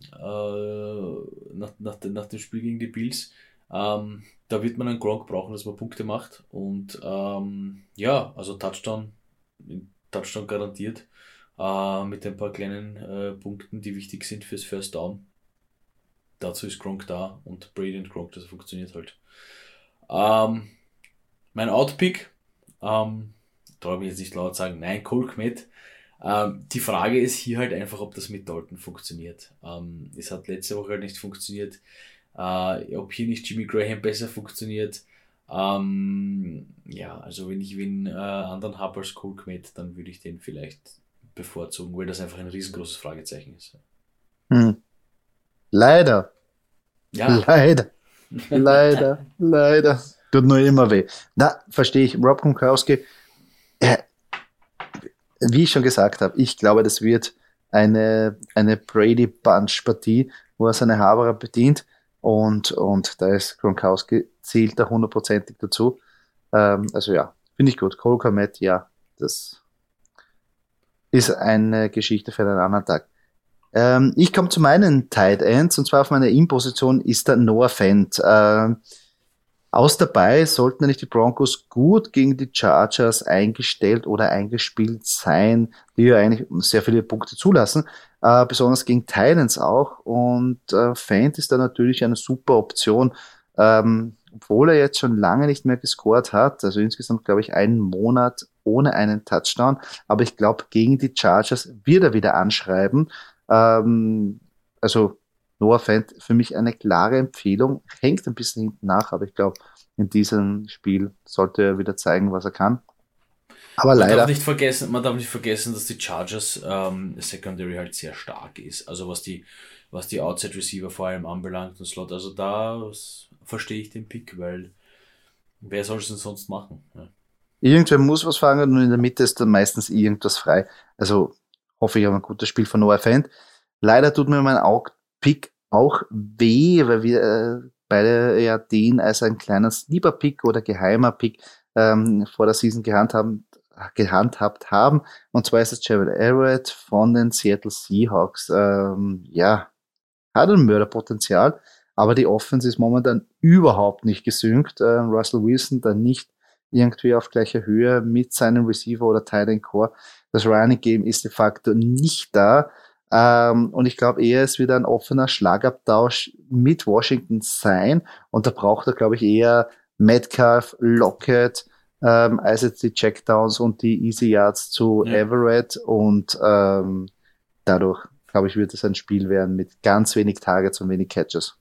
[SPEAKER 3] äh, nach, nach, nach dem Spiel gegen die Bills. Ähm, da wird man einen Gronk brauchen, dass man Punkte macht. Und ähm, ja, also Touchdown, Touchdown garantiert. Äh, mit ein paar kleinen äh, Punkten, die wichtig sind fürs First Down. Dazu ist Gronk da und Brady und Gronk, das funktioniert halt. Ähm, mein Outpick, ähm, traue mich jetzt nicht laut sagen, nein, Cole Kmet. Ähm, die Frage ist hier halt einfach, ob das mit Dalton funktioniert. Ähm, es hat letzte Woche halt nicht funktioniert. Äh, ob hier nicht Jimmy Graham besser funktioniert. Ähm, ja, also wenn ich wen äh, anderen habe als Cole Kmet, dann würde ich den vielleicht bevorzugen, weil das einfach ein riesengroßes Fragezeichen ist.
[SPEAKER 2] Hm. Leider.
[SPEAKER 3] Ja.
[SPEAKER 2] Leider. Leider. Leider. Tut nur immer weh. Na, verstehe ich. Rob Gronkowski, äh, wie ich schon gesagt habe, ich glaube, das wird eine, eine Brady-Bunch-Partie, wo er seine Haberer bedient. Und, und da ist Gronkowski, zählt da hundertprozentig dazu. Ähm, also ja, finde ich gut. Cole Kmet, ja, das ist eine Geschichte für einen anderen Tag. Ähm, ich komme zu meinen Tight Ends, und zwar auf meiner In-Position ist der Noah Fant. Ähm, aus dabei sollten nicht die Broncos gut gegen die Chargers eingestellt oder eingespielt sein, die ja eigentlich sehr viele Punkte zulassen, äh, besonders gegen Titans auch. Und äh, Fant ist da natürlich eine super Option, ähm, obwohl er jetzt schon lange nicht mehr gescored hat. Also insgesamt, glaube ich, einen Monat ohne einen Touchdown. Aber ich glaube, gegen die Chargers wird er wieder anschreiben. Ähm, also Noah Fant für mich eine klare Empfehlung, hängt ein bisschen hinten nach, aber ich glaube, in diesem Spiel sollte er wieder zeigen, was er kann. Aber
[SPEAKER 3] Man
[SPEAKER 2] leider.
[SPEAKER 3] darf nicht vergessen, man darf nicht vergessen, dass die Chargers ähm, Secondary halt sehr stark ist. Also was die, was die Outside Receiver vor allem anbelangt und Slot. Also da verstehe ich den Pick, weil wer soll es denn sonst machen? Ja.
[SPEAKER 2] Irgendwer muss was fangen und in der Mitte ist dann meistens irgendwas frei. Also hoffe ich auf ein gutes Spiel von Noah Fant. Leider tut mir mein Pick auch weh, weil wir äh, beide ja den als ein kleiner Sleeper-Pick oder geheimer Pick ähm, vor der Season gehandhabt, gehandhabt haben. Und zwar ist es Gerald Everett von den Seattle Seahawks. Ähm, ja, hat ein Mörderpotenzial, aber die Offense ist momentan überhaupt nicht gesynkt. Äh, Russell Wilson da nicht irgendwie auf gleicher Höhe mit seinem Receiver oder Tight End Core. Das Running Game ist de facto nicht da. Ähm, und ich glaube eher, es wird ein offener Schlagabtausch mit Washington sein. Und da braucht er, glaube ich, eher Metcalf, Lockett, ähm, als jetzt die Checkdowns und die Easy Yards zu ja. Everett. Und ähm, dadurch, glaube ich, wird es ein Spiel werden mit ganz wenig Targets und wenig Catches.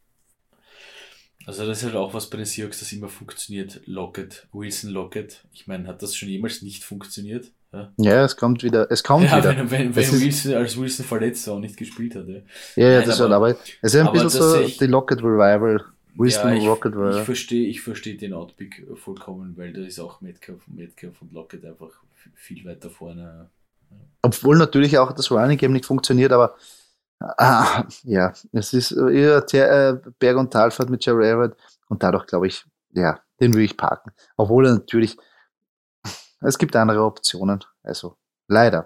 [SPEAKER 3] Also das ist halt auch was bei den Seahawks, das immer funktioniert. Lockett, Wilson Lockett. Ich meine, hat das schon jemals nicht funktioniert? Ja,
[SPEAKER 2] ja es kommt wieder. Es kommt
[SPEAKER 3] ja,
[SPEAKER 2] wieder.
[SPEAKER 3] Wenn, wenn, wenn Wilson als Wilson verletzt war und nicht gespielt hat. Ja,
[SPEAKER 2] ja, ja Nein, das aber, aber es ist ein bisschen so
[SPEAKER 3] ich,
[SPEAKER 2] die Lockett Revival.
[SPEAKER 3] Wilson ja, ich, Rocket Revival. Ich verstehe ich versteh den Outpick vollkommen, weil da ist auch Metcalf, Metcalf und Lockett einfach viel weiter vorne. Ja.
[SPEAKER 2] Obwohl natürlich auch das Running Game nicht funktioniert, aber Ah, ja, es ist eher äh, Berg- und Talfahrt mit Gerald Everett und dadurch glaube ich, ja, den würde ich parken. Obwohl er natürlich, es gibt andere Optionen, also leider.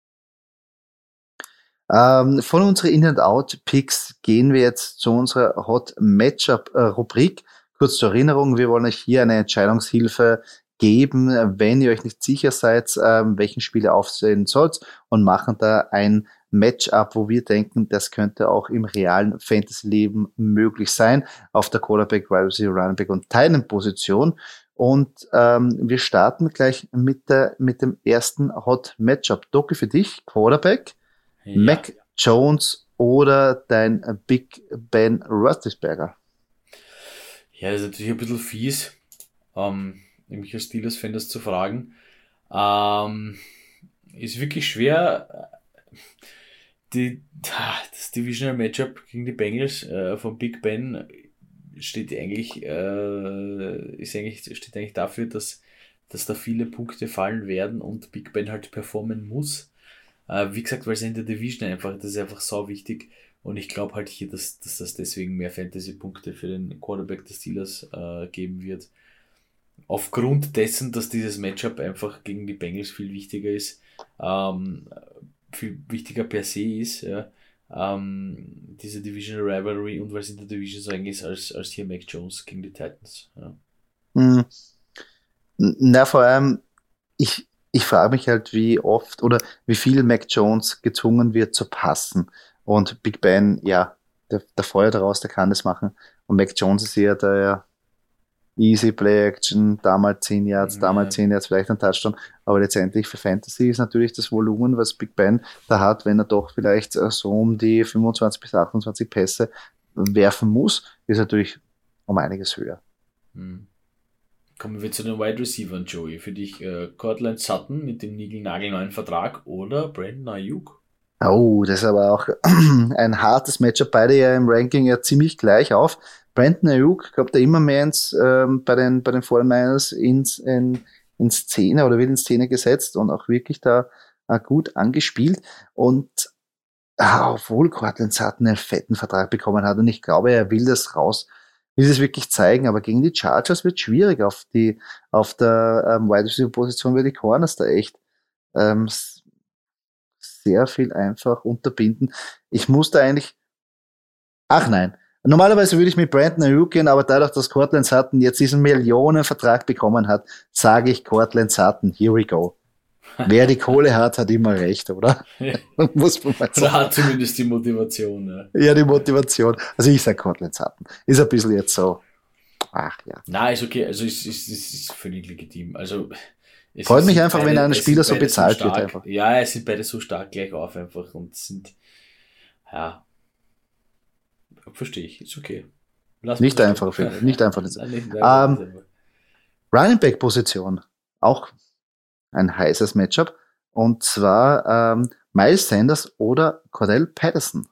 [SPEAKER 2] Ähm, von unseren In-and-Out-Picks gehen wir jetzt zu unserer Hot-Matchup-Rubrik. Kurz zur Erinnerung, wir wollen euch hier eine Entscheidungshilfe geben, wenn ihr euch nicht sicher seid, ähm, welchen Spiel ihr aufsehen sollt und machen da ein Matchup, wo wir denken, das könnte auch im realen Fantasy-Leben möglich sein, auf der Quarterback, Wide Receiver, Running Back und Tight End Position. Und ähm, wir starten gleich mit, der, mit dem ersten Hot Matchup. Doki, für dich, Quarterback, ja. Mac Jones oder dein Big Ben Roethlisberger?
[SPEAKER 3] Ja, das ist natürlich ein bisschen fies, ähm, mich als Steelers-Fan das zu fragen. Ähm, ist wirklich schwer. Die, das Divisional Matchup gegen die Bengals äh, von Big Ben steht eigentlich, äh, ist eigentlich, steht eigentlich dafür, dass, dass da viele Punkte fallen werden und Big Ben halt performen muss. Äh, wie gesagt, weil es in der Division einfach, das ist einfach sau wichtig und ich glaube halt hier, dass, dass das deswegen mehr Fantasy-Punkte für den Quarterback des Steelers äh, geben wird. Aufgrund dessen, dass dieses Matchup einfach gegen die Bengals viel wichtiger ist, ähm, viel wichtiger per se ist, ja, ähm, diese Divisional Rivalry und weil es in der Division so eng ist, als, als hier Mac Jones gegen die Titans. Ja.
[SPEAKER 2] Hm. Na, vor allem, ich, ich frage mich halt, wie oft oder wie viel Mac Jones gezwungen wird zu passen. Und Big Ben, ja, der, der feuert raus, der kann das machen. Und Mac Jones ist eher der, ja, Easy Play Action, damals zehn Yards, ja. damals zehn Yards, vielleicht ein Touchdown. Aber letztendlich für Fantasy ist natürlich das Volumen, was Big Ben da hat, wenn er doch vielleicht so um die fünfundzwanzig bis achtundzwanzig Pässe werfen muss, ist natürlich um einiges höher.
[SPEAKER 3] Hm. Kommen wir zu den Wide Receivers, Joey. Für dich äh, Cortland Sutton mit dem niegelnagelneuen Vertrag oder Brandon Ayuk?
[SPEAKER 2] Oh, das ist aber auch ein hartes Matchup. Beide ja im Ranking ja ziemlich gleich auf. Brandon Ayuk kommt da immer mehr ins, ähm, bei den, bei den forty-niners ins, in, in Szene oder wird in Szene gesetzt und auch wirklich da äh, gut angespielt. Und ah, obwohl Cortland Sutton einen fetten Vertrag bekommen hat und ich glaube, er will das raus, will es wirklich zeigen, aber gegen die Chargers wird schwierig auf die, auf der ähm, Wide Receiver Position, weil die Corners da echt ähm, sehr viel einfach unterbinden. Ich musste eigentlich, ach nein, normalerweise würde ich mit Brandon Ayuk gehen, aber dadurch, dass Cortland Sutton jetzt diesen Millionenvertrag bekommen hat, sage ich Cortland Sutton, here we go. Wer die Kohle hat, hat immer recht, oder? Muss man mal sagen.
[SPEAKER 3] Oder hat zumindest die Motivation. Ja,
[SPEAKER 2] ja die Motivation. Also ich sage Cortland Sutton. Ist ein bisschen jetzt so, ach ja.
[SPEAKER 3] Nein, ist okay, also es ist, ist, ist völlig legitim. Also es
[SPEAKER 2] Freut
[SPEAKER 3] ist,
[SPEAKER 2] mich einfach,
[SPEAKER 3] beide,
[SPEAKER 2] wenn ein Spieler so bezahlt
[SPEAKER 3] so
[SPEAKER 2] wird.
[SPEAKER 3] Stark,
[SPEAKER 2] Einfach.
[SPEAKER 3] ja, es sind beide so stark gleich auf einfach und sind, ja, verstehe ich, ist okay. Lass
[SPEAKER 2] nicht einfach, auf jeden Fall. Nicht einfach. Nicht. Nein, nicht ähm, Running Back Position, auch ein heißes Matchup. Und zwar ähm, Miles Sanders oder Cordell Patterson.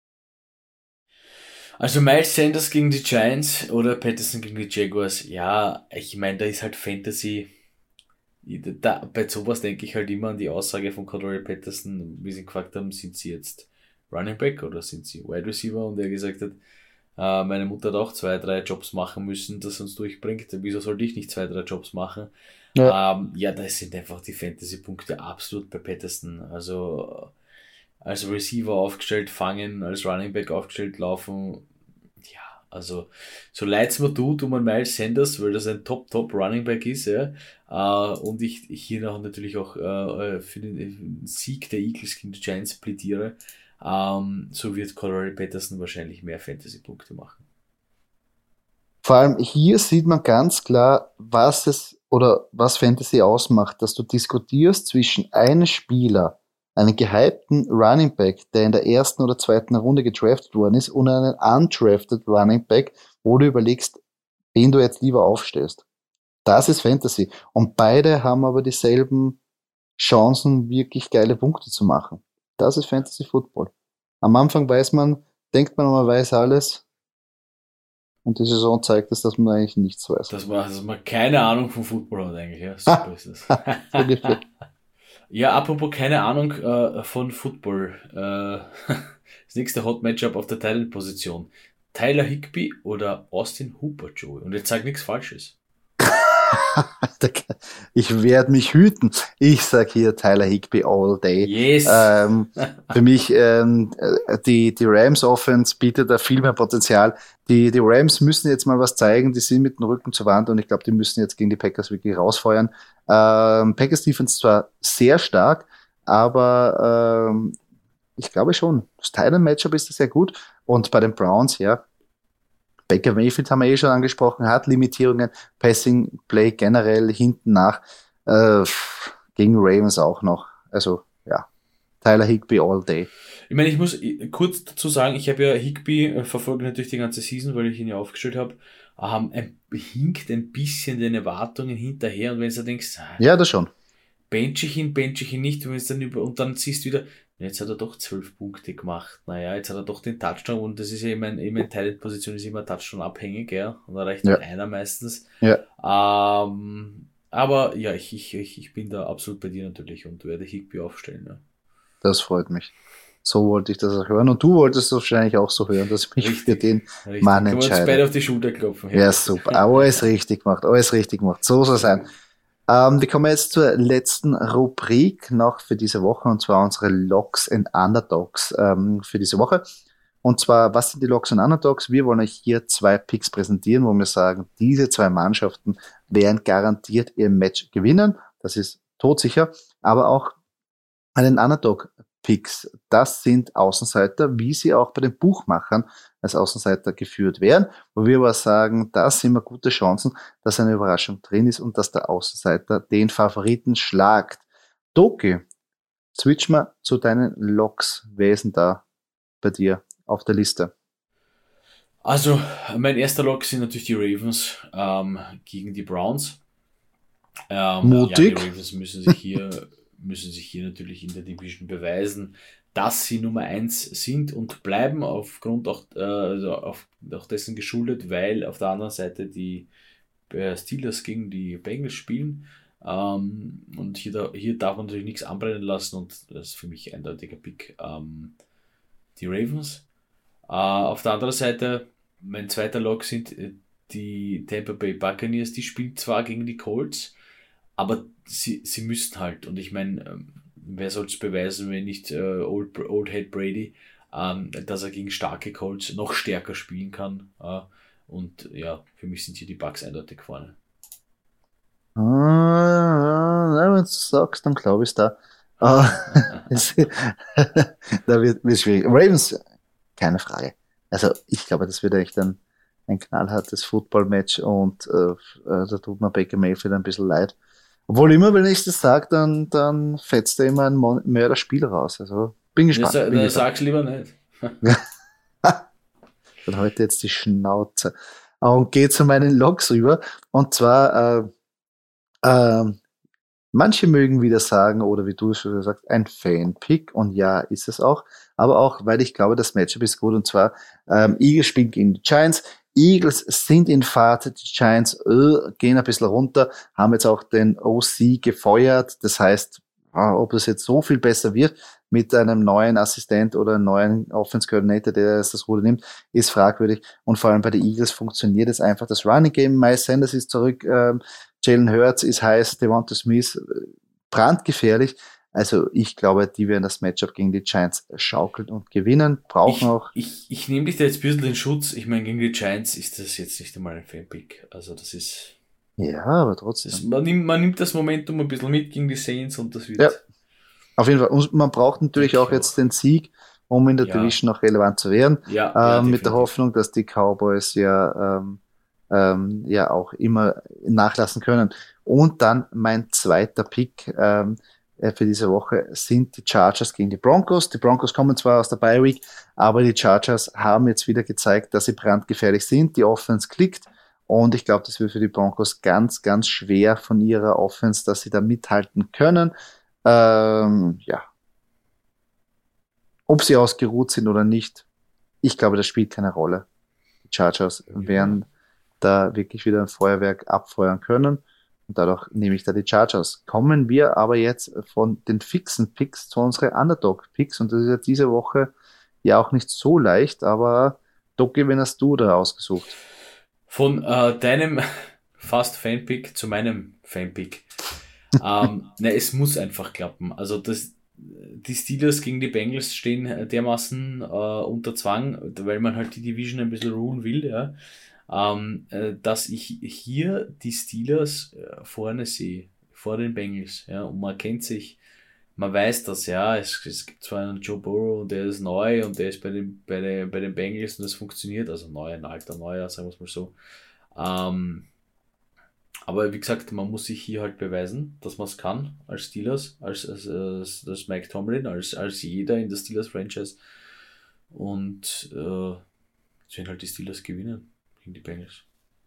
[SPEAKER 3] Also Miles Sanders gegen die Giants oder Patterson gegen die Jaguars. Ja, ich meine, da ist halt Fantasy. Da, bei sowas denke ich halt immer an die Aussage von Cordell Patterson, wie sie gefragt haben, sind sie jetzt Running Back oder sind sie Wide Receiver? Und er gesagt hat, äh, meine Mutter hat auch zwei, drei Jobs machen müssen, das uns durchbringt. Wieso sollte ich nicht zwei, drei Jobs machen? Ja, ähm, ja, das sind einfach die Fantasy-Punkte absolut bei Patterson. Also als Receiver aufgestellt fangen, als Running Back aufgestellt laufen. Ja, also so leid's mir tut um einen Miles Sanders, weil das ein Top-Top Running Back ist, ja. Äh, und ich, ich hier noch natürlich auch äh, für den Sieg der Eagles gegen die Giants plädiere. Ähm, so wird Cordell Patterson wahrscheinlich mehr Fantasy-Punkte machen.
[SPEAKER 2] Vor allem hier sieht man ganz klar, was es oder was Fantasy ausmacht, dass du diskutierst zwischen einem Spieler, einen gehypten Running Back, der in der ersten oder zweiten Runde gedraftet worden ist, und einen undrafted Running Back, wo du überlegst, wen du jetzt lieber aufstellst. Das ist Fantasy. Und beide haben aber dieselben Chancen, wirklich geile Punkte zu machen. Das ist Fantasy Football. Am Anfang weiß man, denkt man, man weiß alles. Und die Saison zeigt es, dass man eigentlich nichts weiß.
[SPEAKER 3] Dass man, dass man keine Ahnung vom Football hat eigentlich. Ja, super ist das. Ja, apropos keine Ahnung äh, von Football. Äh, das nächste Hot Matchup auf der Titan-Position. Tyler Higbee oder Austin Hooper, Joey. Und jetzt sag nichts Falsches.
[SPEAKER 2] Ich werde mich hüten. Ich sag hier Tyler Higbee all day.
[SPEAKER 3] Yes.
[SPEAKER 2] Ähm, für mich, ähm, die, die Rams Offense bietet da viel mehr Potenzial. Die, die Rams müssen jetzt mal was zeigen. Die sind mit dem Rücken zur Wand und ich glaube, die müssen jetzt gegen die Packers wirklich rausfeuern. Ähm, Packers Defense zwar sehr stark, aber ähm, ich glaube schon, das Titan-Matchup ist sehr gut. Und bei den Browns, ja, Baker Mayfield haben wir eh schon angesprochen, hat Limitierungen, Passing Play generell hinten nach, äh, gegen Ravens auch noch. Also, ja, Tyler Higbee all day.
[SPEAKER 3] Ich meine, ich muss kurz dazu sagen, ich habe ja Higbee äh, verfolgt natürlich die ganze Season, weil ich ihn ja aufgestellt habe, ähm, ein, hinkt ein bisschen den Erwartungen hinterher und wenn du denkst,
[SPEAKER 2] ja, das schon.
[SPEAKER 3] Bench ich ihn, bench ich ihn nicht, wenn es dann über, und dann siehst du wieder, jetzt hat er doch zwölf Punkte gemacht. Naja, jetzt hat er doch den Touchdown und das ist ja immer, immer in Talent-Position ist immer Touchdown abhängig, ja. Und da reicht ja einer meistens.
[SPEAKER 2] Ja.
[SPEAKER 3] Ähm, aber ja, ich, ich, ich, ich bin da absolut bei dir natürlich und werde Higbee aufstellen. Ja.
[SPEAKER 2] Das freut mich. So wollte ich das auch hören. Und du wolltest es wahrscheinlich auch so hören, dass ich mich
[SPEAKER 3] richtig,
[SPEAKER 2] für den
[SPEAKER 3] richtig.
[SPEAKER 2] Mann
[SPEAKER 3] Können
[SPEAKER 2] entscheide.
[SPEAKER 3] wir uns beide auf die Schulter klopfen.
[SPEAKER 2] Ja, super. Alles richtig gemacht, alles richtig gemacht. So soll es sein. Ähm, wir kommen jetzt zur letzten Rubrik noch für diese Woche, und zwar unsere Locks and Underdogs ähm, für diese Woche. Und zwar, was sind die Locks and Underdogs? Wir wollen euch hier zwei Picks präsentieren, wo wir sagen, diese zwei Mannschaften werden garantiert ihr Match gewinnen. Das ist todsicher. Aber auch einen Underdog-Picks, das sind Außenseiter, wie sie auch bei den Buchmachern als Außenseiter geführt werden, wo wir aber sagen, da sind immer gute Chancen, dass eine Überraschung drin ist und dass der Außenseiter den Favoriten schlagt. Doki, switch mal zu deinen Locks. Wer ist denn da bei dir auf der Liste?
[SPEAKER 3] Also, mein erster Lock sind natürlich die Ravens ähm, gegen die Browns. Ähm,
[SPEAKER 2] Mutig.
[SPEAKER 3] Ja, die Ravens müssen sich hier, müssen sich hier natürlich in der Division beweisen, dass sie Nummer eins sind und bleiben, aufgrund auch, äh, also auf, auch dessen geschuldet, weil auf der anderen Seite die Steelers gegen die Bengals spielen. Ähm, und hier, da, hier darf man natürlich nichts anbrennen lassen und das ist für mich ein eindeutiger Pick. Ähm, die Ravens. Äh, auf der anderen Seite, mein zweiter Lock sind äh, die Tampa Bay Buccaneers. Die spielen zwar gegen die Colts, aber sie, sie müssten halt. Und ich meine, ähm, wer soll es beweisen, wenn nicht äh, Old, Old Head Brady, ähm, dass er gegen starke Colts noch stärker spielen kann. Äh, und ja, für mich sind hier die Bucks eindeutig vorne.
[SPEAKER 2] Ah, wenn du sagst, dann glaube ich es da. Ah, es- da wird es schwierig. Ravens, keine Frage. Also ich glaube, das wird echt ein, ein knallhartes Football-Match und äh, äh, da tut mir Baker Mayfield ein bisschen leid. Obwohl immer, wenn ich das sage, dann, dann fetzt er immer ein Mon- Mörderspiel raus. Also bin
[SPEAKER 3] Ja,
[SPEAKER 2] gespannt.
[SPEAKER 3] sa-
[SPEAKER 2] Bin
[SPEAKER 3] da
[SPEAKER 2] gespannt.
[SPEAKER 3] sag's lieber nicht.
[SPEAKER 2] Dann heute jetzt die Schnauze. Und gehe zu meinen Logs rüber. Und zwar, äh, ähm, manche mögen wieder sagen, oder wie du es schon sagst, ein Fan-Pick. Und ja, ist es auch. Aber auch, weil ich glaube, das Matchup ist gut. Und zwar, ähm, Eagles spielen gegen die Giants. Eagles sind in Fahrt. Die Giants äh, gehen ein bisschen runter, haben jetzt auch den O C gefeuert. Das heißt, äh, ob es jetzt so viel besser wird mit einem neuen Assistent oder einem neuen Offense Coordinator, der jetzt das Ruder nimmt, ist fragwürdig. Und vor allem bei den Eagles funktioniert es einfach. Das Running Game, Miles Sanders ist zurück, ähm, Jalen Hurts ist heiß, Devonta Smith äh, brandgefährlich. Also ich glaube, die werden das Matchup gegen die Giants schaukeln und gewinnen. Brauchen
[SPEAKER 3] Ich,
[SPEAKER 2] auch.
[SPEAKER 3] ich, ich nehme dich da jetzt ein bisschen in Schutz. Ich meine, gegen die Giants ist das jetzt nicht einmal ein Fan-Pick. Also das ist,
[SPEAKER 2] Ja, aber
[SPEAKER 3] das
[SPEAKER 2] trotzdem.
[SPEAKER 3] ist man, nimmt, man nimmt das Momentum ein bisschen mit gegen die Saints und das wird...
[SPEAKER 2] Ja, auf jeden Fall. Und man braucht natürlich
[SPEAKER 3] Denke
[SPEAKER 2] auch
[SPEAKER 3] ich
[SPEAKER 2] jetzt den Sieg, um in der
[SPEAKER 3] Ja.
[SPEAKER 2] Division noch relevant zu werden.
[SPEAKER 3] Ja, ja,
[SPEAKER 2] ähm, mit der
[SPEAKER 3] definitiv.
[SPEAKER 2] Hoffnung, dass die Cowboys ja, ähm, ähm, ja auch immer nachlassen können. Und dann mein zweiter Pick ähm, äh, für diese Woche sind die Chargers gegen die Broncos. Die Broncos kommen zwar aus der Bye Week, aber die Chargers haben jetzt wieder gezeigt, dass sie brandgefährlich sind. Die Offense klickt. Und ich glaube, das wird für die Broncos ganz, ganz schwer von ihrer Offense, dass sie da mithalten können. Ähm, ja. Ob sie ausgeruht sind oder nicht, ich glaube, das spielt keine Rolle. Die Chargers
[SPEAKER 3] Ja.
[SPEAKER 2] werden da wirklich wieder ein Feuerwerk abfeuern können. Und dadurch nehme ich da die Chargers. Kommen wir aber jetzt von den fixen Picks zu unseren Underdog-Picks. Und das ist ja diese Woche ja auch nicht so leicht, aber Doki, wen hast du da ausgesucht?
[SPEAKER 3] Von äh, deinem fast Fanpick zu meinem Fanpick. ähm, ne, es muss einfach klappen. Also das, die Steelers gegen die Bengals stehen dermaßen äh, unter Zwang, weil man halt die Division ein bisschen rulen will, ja, ähm, äh, dass ich hier die Steelers äh, vorne sehe, vor den Bengals. Ja, und man kennt sich, man weiß das, ja, es, es gibt zwar einen Joe Burrow und der ist neu und der ist bei den, bei den, bei den Bengals und das funktioniert, also neu, ein alter Neuer, sagen wir es mal so. Ähm, aber wie gesagt, man muss sich hier halt beweisen, dass man es kann als Steelers, als, als, als, als Mike Tomlin, als, als jeder in der Steelers-Franchise. Und äh, es werden halt die Steelers gewinnen gegen die Bengals.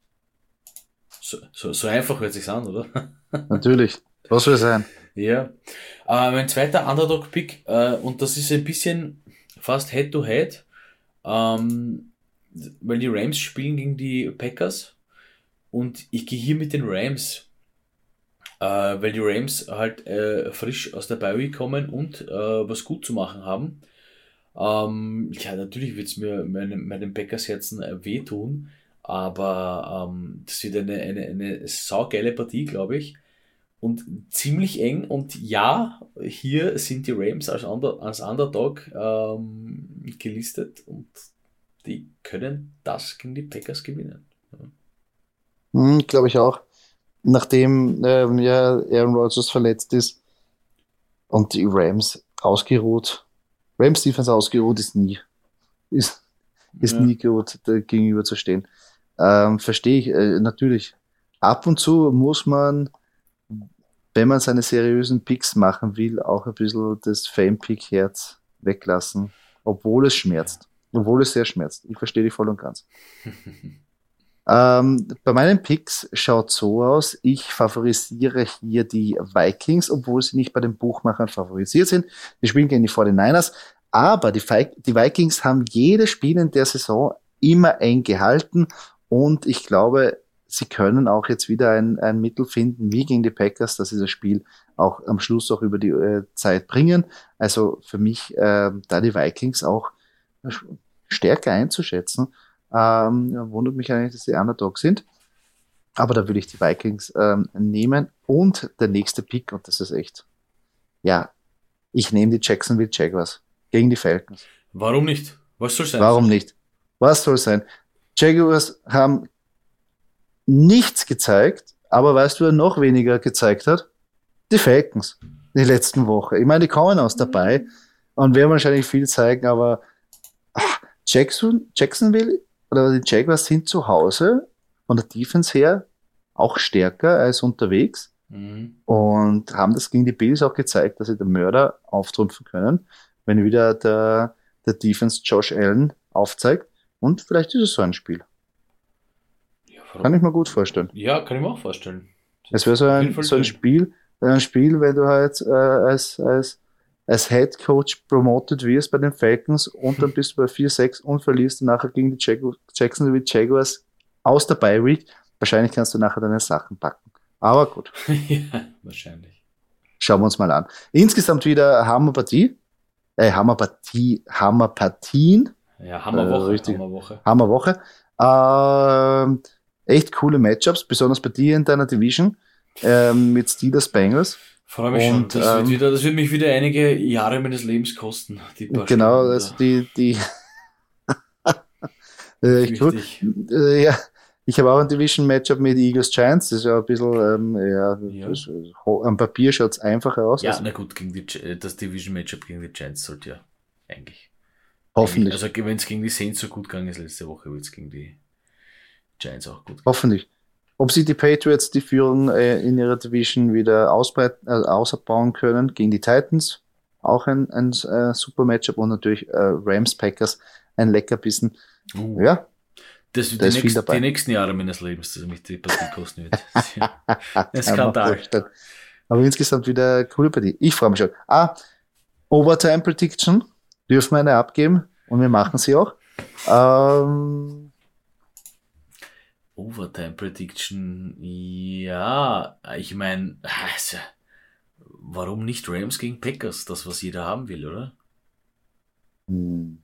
[SPEAKER 3] So, so, so einfach hört sich's an, oder?
[SPEAKER 2] Natürlich. Was soll es sein?
[SPEAKER 3] Ja. Äh, mein zweiter Underdog-Pick, äh, und das ist ein bisschen fast Head-to-Head, ähm, weil die Rams spielen gegen die Packers und ich gehe hier mit den Rams, äh, weil die Rams halt äh, frisch aus der Bye Week kommen und äh, was gut zu machen haben. Ähm, ja, natürlich wird es mir meinem, meinem Packers Herzen äh, wehtun, aber ähm, das wird eine, eine, eine saugeile Partie, glaube ich. Und ziemlich eng. Und ja, hier sind die Rams als, Under, als Underdog ähm, gelistet und die können das gegen die Packers gewinnen.
[SPEAKER 2] Hm, glaube ich auch. Nachdem ähm, ja Aaron Rodgers verletzt ist und die Rams ausgeruht. Rams Defense ausgeruht ist nie, ist, ist
[SPEAKER 3] Ja.
[SPEAKER 2] nie gut, da gegenüber zu stehen. Ähm, verstehe ich, äh, natürlich. Ab und zu muss man, wenn man seine seriösen Picks machen will, auch ein bisschen das Fan-Pick-Herz weglassen, obwohl es schmerzt. Obwohl es sehr schmerzt. Ich verstehe dich voll und ganz. Ähm, bei meinen Picks schaut so aus, ich favorisiere hier die Vikings, obwohl sie nicht bei den Buchmachern favorisiert sind. Die spielen gegen die forty-niners, aber die, Vi- die Vikings haben jedes Spiel in der Saison immer eng gehalten und ich glaube, sie können auch jetzt wieder ein, ein Mittel finden, wie gegen die Packers, dass sie das Spiel auch am Schluss auch über die äh, Zeit bringen. Also für mich äh, da die Vikings auch stärker einzuschätzen. Ähm, wundert mich eigentlich, dass die Underdog sind. Aber da würde ich die Vikings ähm, nehmen. Und der nächste Pick, und das ist echt, ja, ich nehme die Jacksonville Jaguars gegen die Falcons.
[SPEAKER 3] Warum nicht? Was soll sein?
[SPEAKER 2] Warum nicht? Was soll sein? Jaguars haben nichts gezeigt, aber weißt du, wer noch weniger gezeigt hat? Die Falcons, die letzten Woche. Ich meine, die kommen aus dabei und werden wahrscheinlich viel zeigen, aber ach, Jackson, Jacksonville oder die Jaguars sind zu Hause von der Defense her auch stärker als unterwegs mhm. und haben das gegen die Bills auch gezeigt, dass sie den Mörder auftrumpfen können, wenn wieder der, der Defense Josh Allen aufzeigt. Und vielleicht ist es so ein Spiel.
[SPEAKER 3] Ja,
[SPEAKER 2] kann ich mir gut vorstellen.
[SPEAKER 3] Ja, kann ich mir auch vorstellen.
[SPEAKER 2] Es wäre so ein, so ein Spiel, ein Spiel, wenn du halt äh, als, als, als Head Coach promoted wirst bei den Falcons und dann bist du bei vier sechs und verlierst du nachher gegen die Jag- Jacksonville Jaguars aus der Bye Week. Wahrscheinlich kannst du nachher deine Sachen packen. Aber gut.
[SPEAKER 3] Ja, wahrscheinlich.
[SPEAKER 2] Schauen wir uns mal an. Insgesamt wieder Hammerpartie. Äh, Hammerpartie, Hammerpartien.
[SPEAKER 3] Ja, Hammerwoche.
[SPEAKER 2] Äh, richtig.
[SPEAKER 3] Hammerwoche.
[SPEAKER 2] Hammerwoche. Ähm, echt coole Matchups, besonders bei dir in deiner Division ähm, mit Steelers Bengals.
[SPEAKER 3] Freue mich
[SPEAKER 2] und,
[SPEAKER 3] schon. Das,
[SPEAKER 2] ähm,
[SPEAKER 3] wird wieder, das wird mich wieder einige Jahre meines Lebens kosten. Die paar
[SPEAKER 2] genau,
[SPEAKER 3] Stunden
[SPEAKER 2] also
[SPEAKER 3] da.
[SPEAKER 2] die, die äh, echt cool. Äh, ja, ich habe auch ein Division-Matchup mit Eagles Giants. Das ist ja ein bisschen, ähm, ja,
[SPEAKER 3] Ja.
[SPEAKER 2] Das, am Papier schaut es einfacher aus.
[SPEAKER 3] Ja,
[SPEAKER 2] also,
[SPEAKER 3] na gut, gegen die, Gi- das Division-Matchup gegen die Giants sollte ja eigentlich.
[SPEAKER 2] hoffentlich.
[SPEAKER 3] Also wenn es gegen die Saints so gut gegangen ist letzte Woche, wird es gegen die Giants auch gut gehen.
[SPEAKER 2] Hoffentlich. Ob sie die Patriots die Führung äh, in ihrer Division wieder ausbreiten, äh, ausbauen können gegen die Titans. Auch ein, ein äh, super Matchup und natürlich äh, Rams Packers ein Leckerbissen.
[SPEAKER 3] Uh,
[SPEAKER 2] Ja,
[SPEAKER 3] das wird
[SPEAKER 2] da
[SPEAKER 3] die,
[SPEAKER 2] ist viel
[SPEAKER 3] nächsten,
[SPEAKER 2] dabei.
[SPEAKER 3] die nächsten Jahre meines Lebens, dass mich die Partie kosten wird. Ein
[SPEAKER 2] Kann man
[SPEAKER 3] Skandal.
[SPEAKER 2] vorstellen. Aber insgesamt wieder coole Partie. Ich freue mich schon. Ah, Overtime Prediction dürfen wir eine abgeben und wir machen sie auch. Ähm,
[SPEAKER 3] Overtime Prediction, ja, ich meine, also, warum nicht Rams gegen Packers? Das, was jeder haben will, oder?
[SPEAKER 2] hm.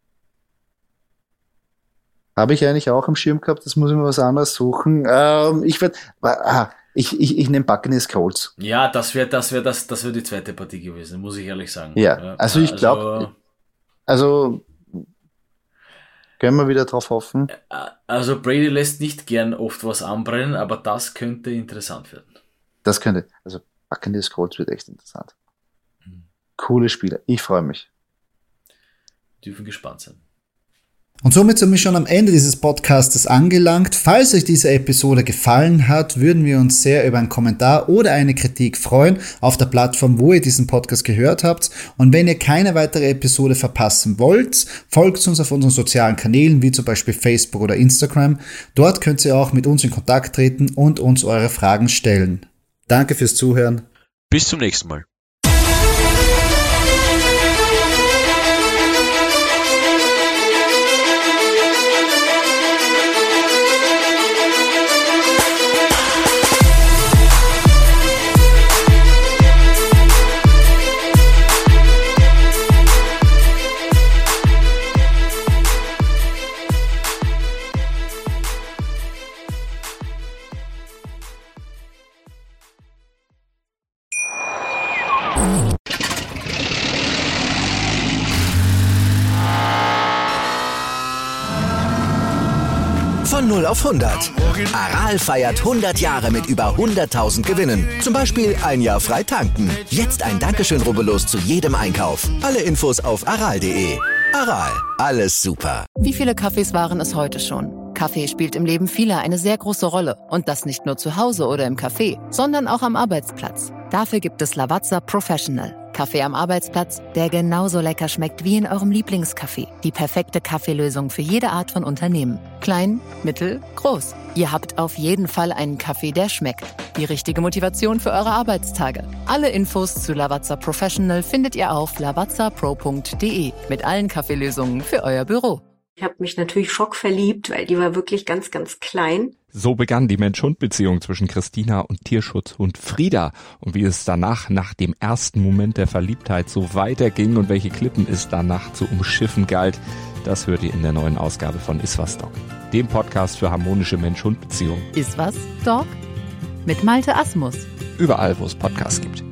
[SPEAKER 2] Habe ich eigentlich auch am Schirm gehabt, das muss ich mir was anderes suchen. Ähm, ich werde, ah, ich, ich, ich nehme Buccaneers Colts.
[SPEAKER 3] Ja, das wäre das wäre das, das wäre die zweite Partie gewesen, muss ich ehrlich sagen.
[SPEAKER 2] Ja, also ich glaube, also können wir wieder drauf hoffen.
[SPEAKER 3] Also Brady lässt nicht gern oft was anbrennen, aber das könnte interessant werden.
[SPEAKER 2] Das könnte, also Buccaneers Colts wird echt interessant.
[SPEAKER 3] Mhm.
[SPEAKER 2] Coole Spiele, ich freue mich.
[SPEAKER 3] Dürfen gespannt sein.
[SPEAKER 4] Und somit sind wir schon am Ende dieses Podcastes angelangt. Falls euch diese Episode gefallen hat, würden wir uns sehr über einen Kommentar oder eine Kritik freuen auf der Plattform, wo ihr diesen Podcast gehört habt. Und wenn ihr keine weitere Episode verpassen wollt, folgt uns auf unseren sozialen Kanälen, wie zum Beispiel Facebook oder Instagram. Dort könnt ihr auch mit uns in Kontakt treten und uns eure Fragen stellen. Danke fürs Zuhören.
[SPEAKER 5] Bis zum nächsten Mal.
[SPEAKER 1] Von null auf hundert. Aral feiert hundert Jahre mit über hunderttausend Gewinnen. Zum Beispiel ein Jahr frei tanken. Jetzt ein Dankeschön, rubbellos zu jedem Einkauf. Alle Infos auf aral punkt de. Aral, alles super.
[SPEAKER 6] Wie viele Kaffees waren es heute schon? Kaffee spielt im Leben vieler eine sehr große Rolle. Und das nicht nur zu Hause oder im Café, sondern auch am Arbeitsplatz. Dafür gibt es Lavazza Professional. Kaffee am Arbeitsplatz, der genauso lecker schmeckt wie in eurem Lieblingscafé. Die perfekte Kaffeelösung für jede Art von Unternehmen. Klein, mittel, groß. Ihr habt auf jeden Fall einen Kaffee, der schmeckt. Die richtige Motivation für eure Arbeitstage. Alle Infos zu Lavazza Professional findet ihr auf lavazza pro punkt de mit allen Kaffeelösungen für euer Büro.
[SPEAKER 7] Ich habe mich natürlich schockverliebt, weil die war wirklich ganz, ganz klein.
[SPEAKER 8] So begann die Mensch-Hund-Beziehung zwischen Christina und Tierschutzhund Frieda. Und wie es danach, nach dem ersten Moment der Verliebtheit, so weiterging und welche Klippen es danach zu umschiffen galt, Das hört ihr in der neuen Ausgabe von Iswas Dog, dem Podcast für harmonische Mensch-Hund-Beziehungen.
[SPEAKER 6] Iswas Dog? Mit Malte Asmus.
[SPEAKER 8] Überall, wo es Podcasts gibt.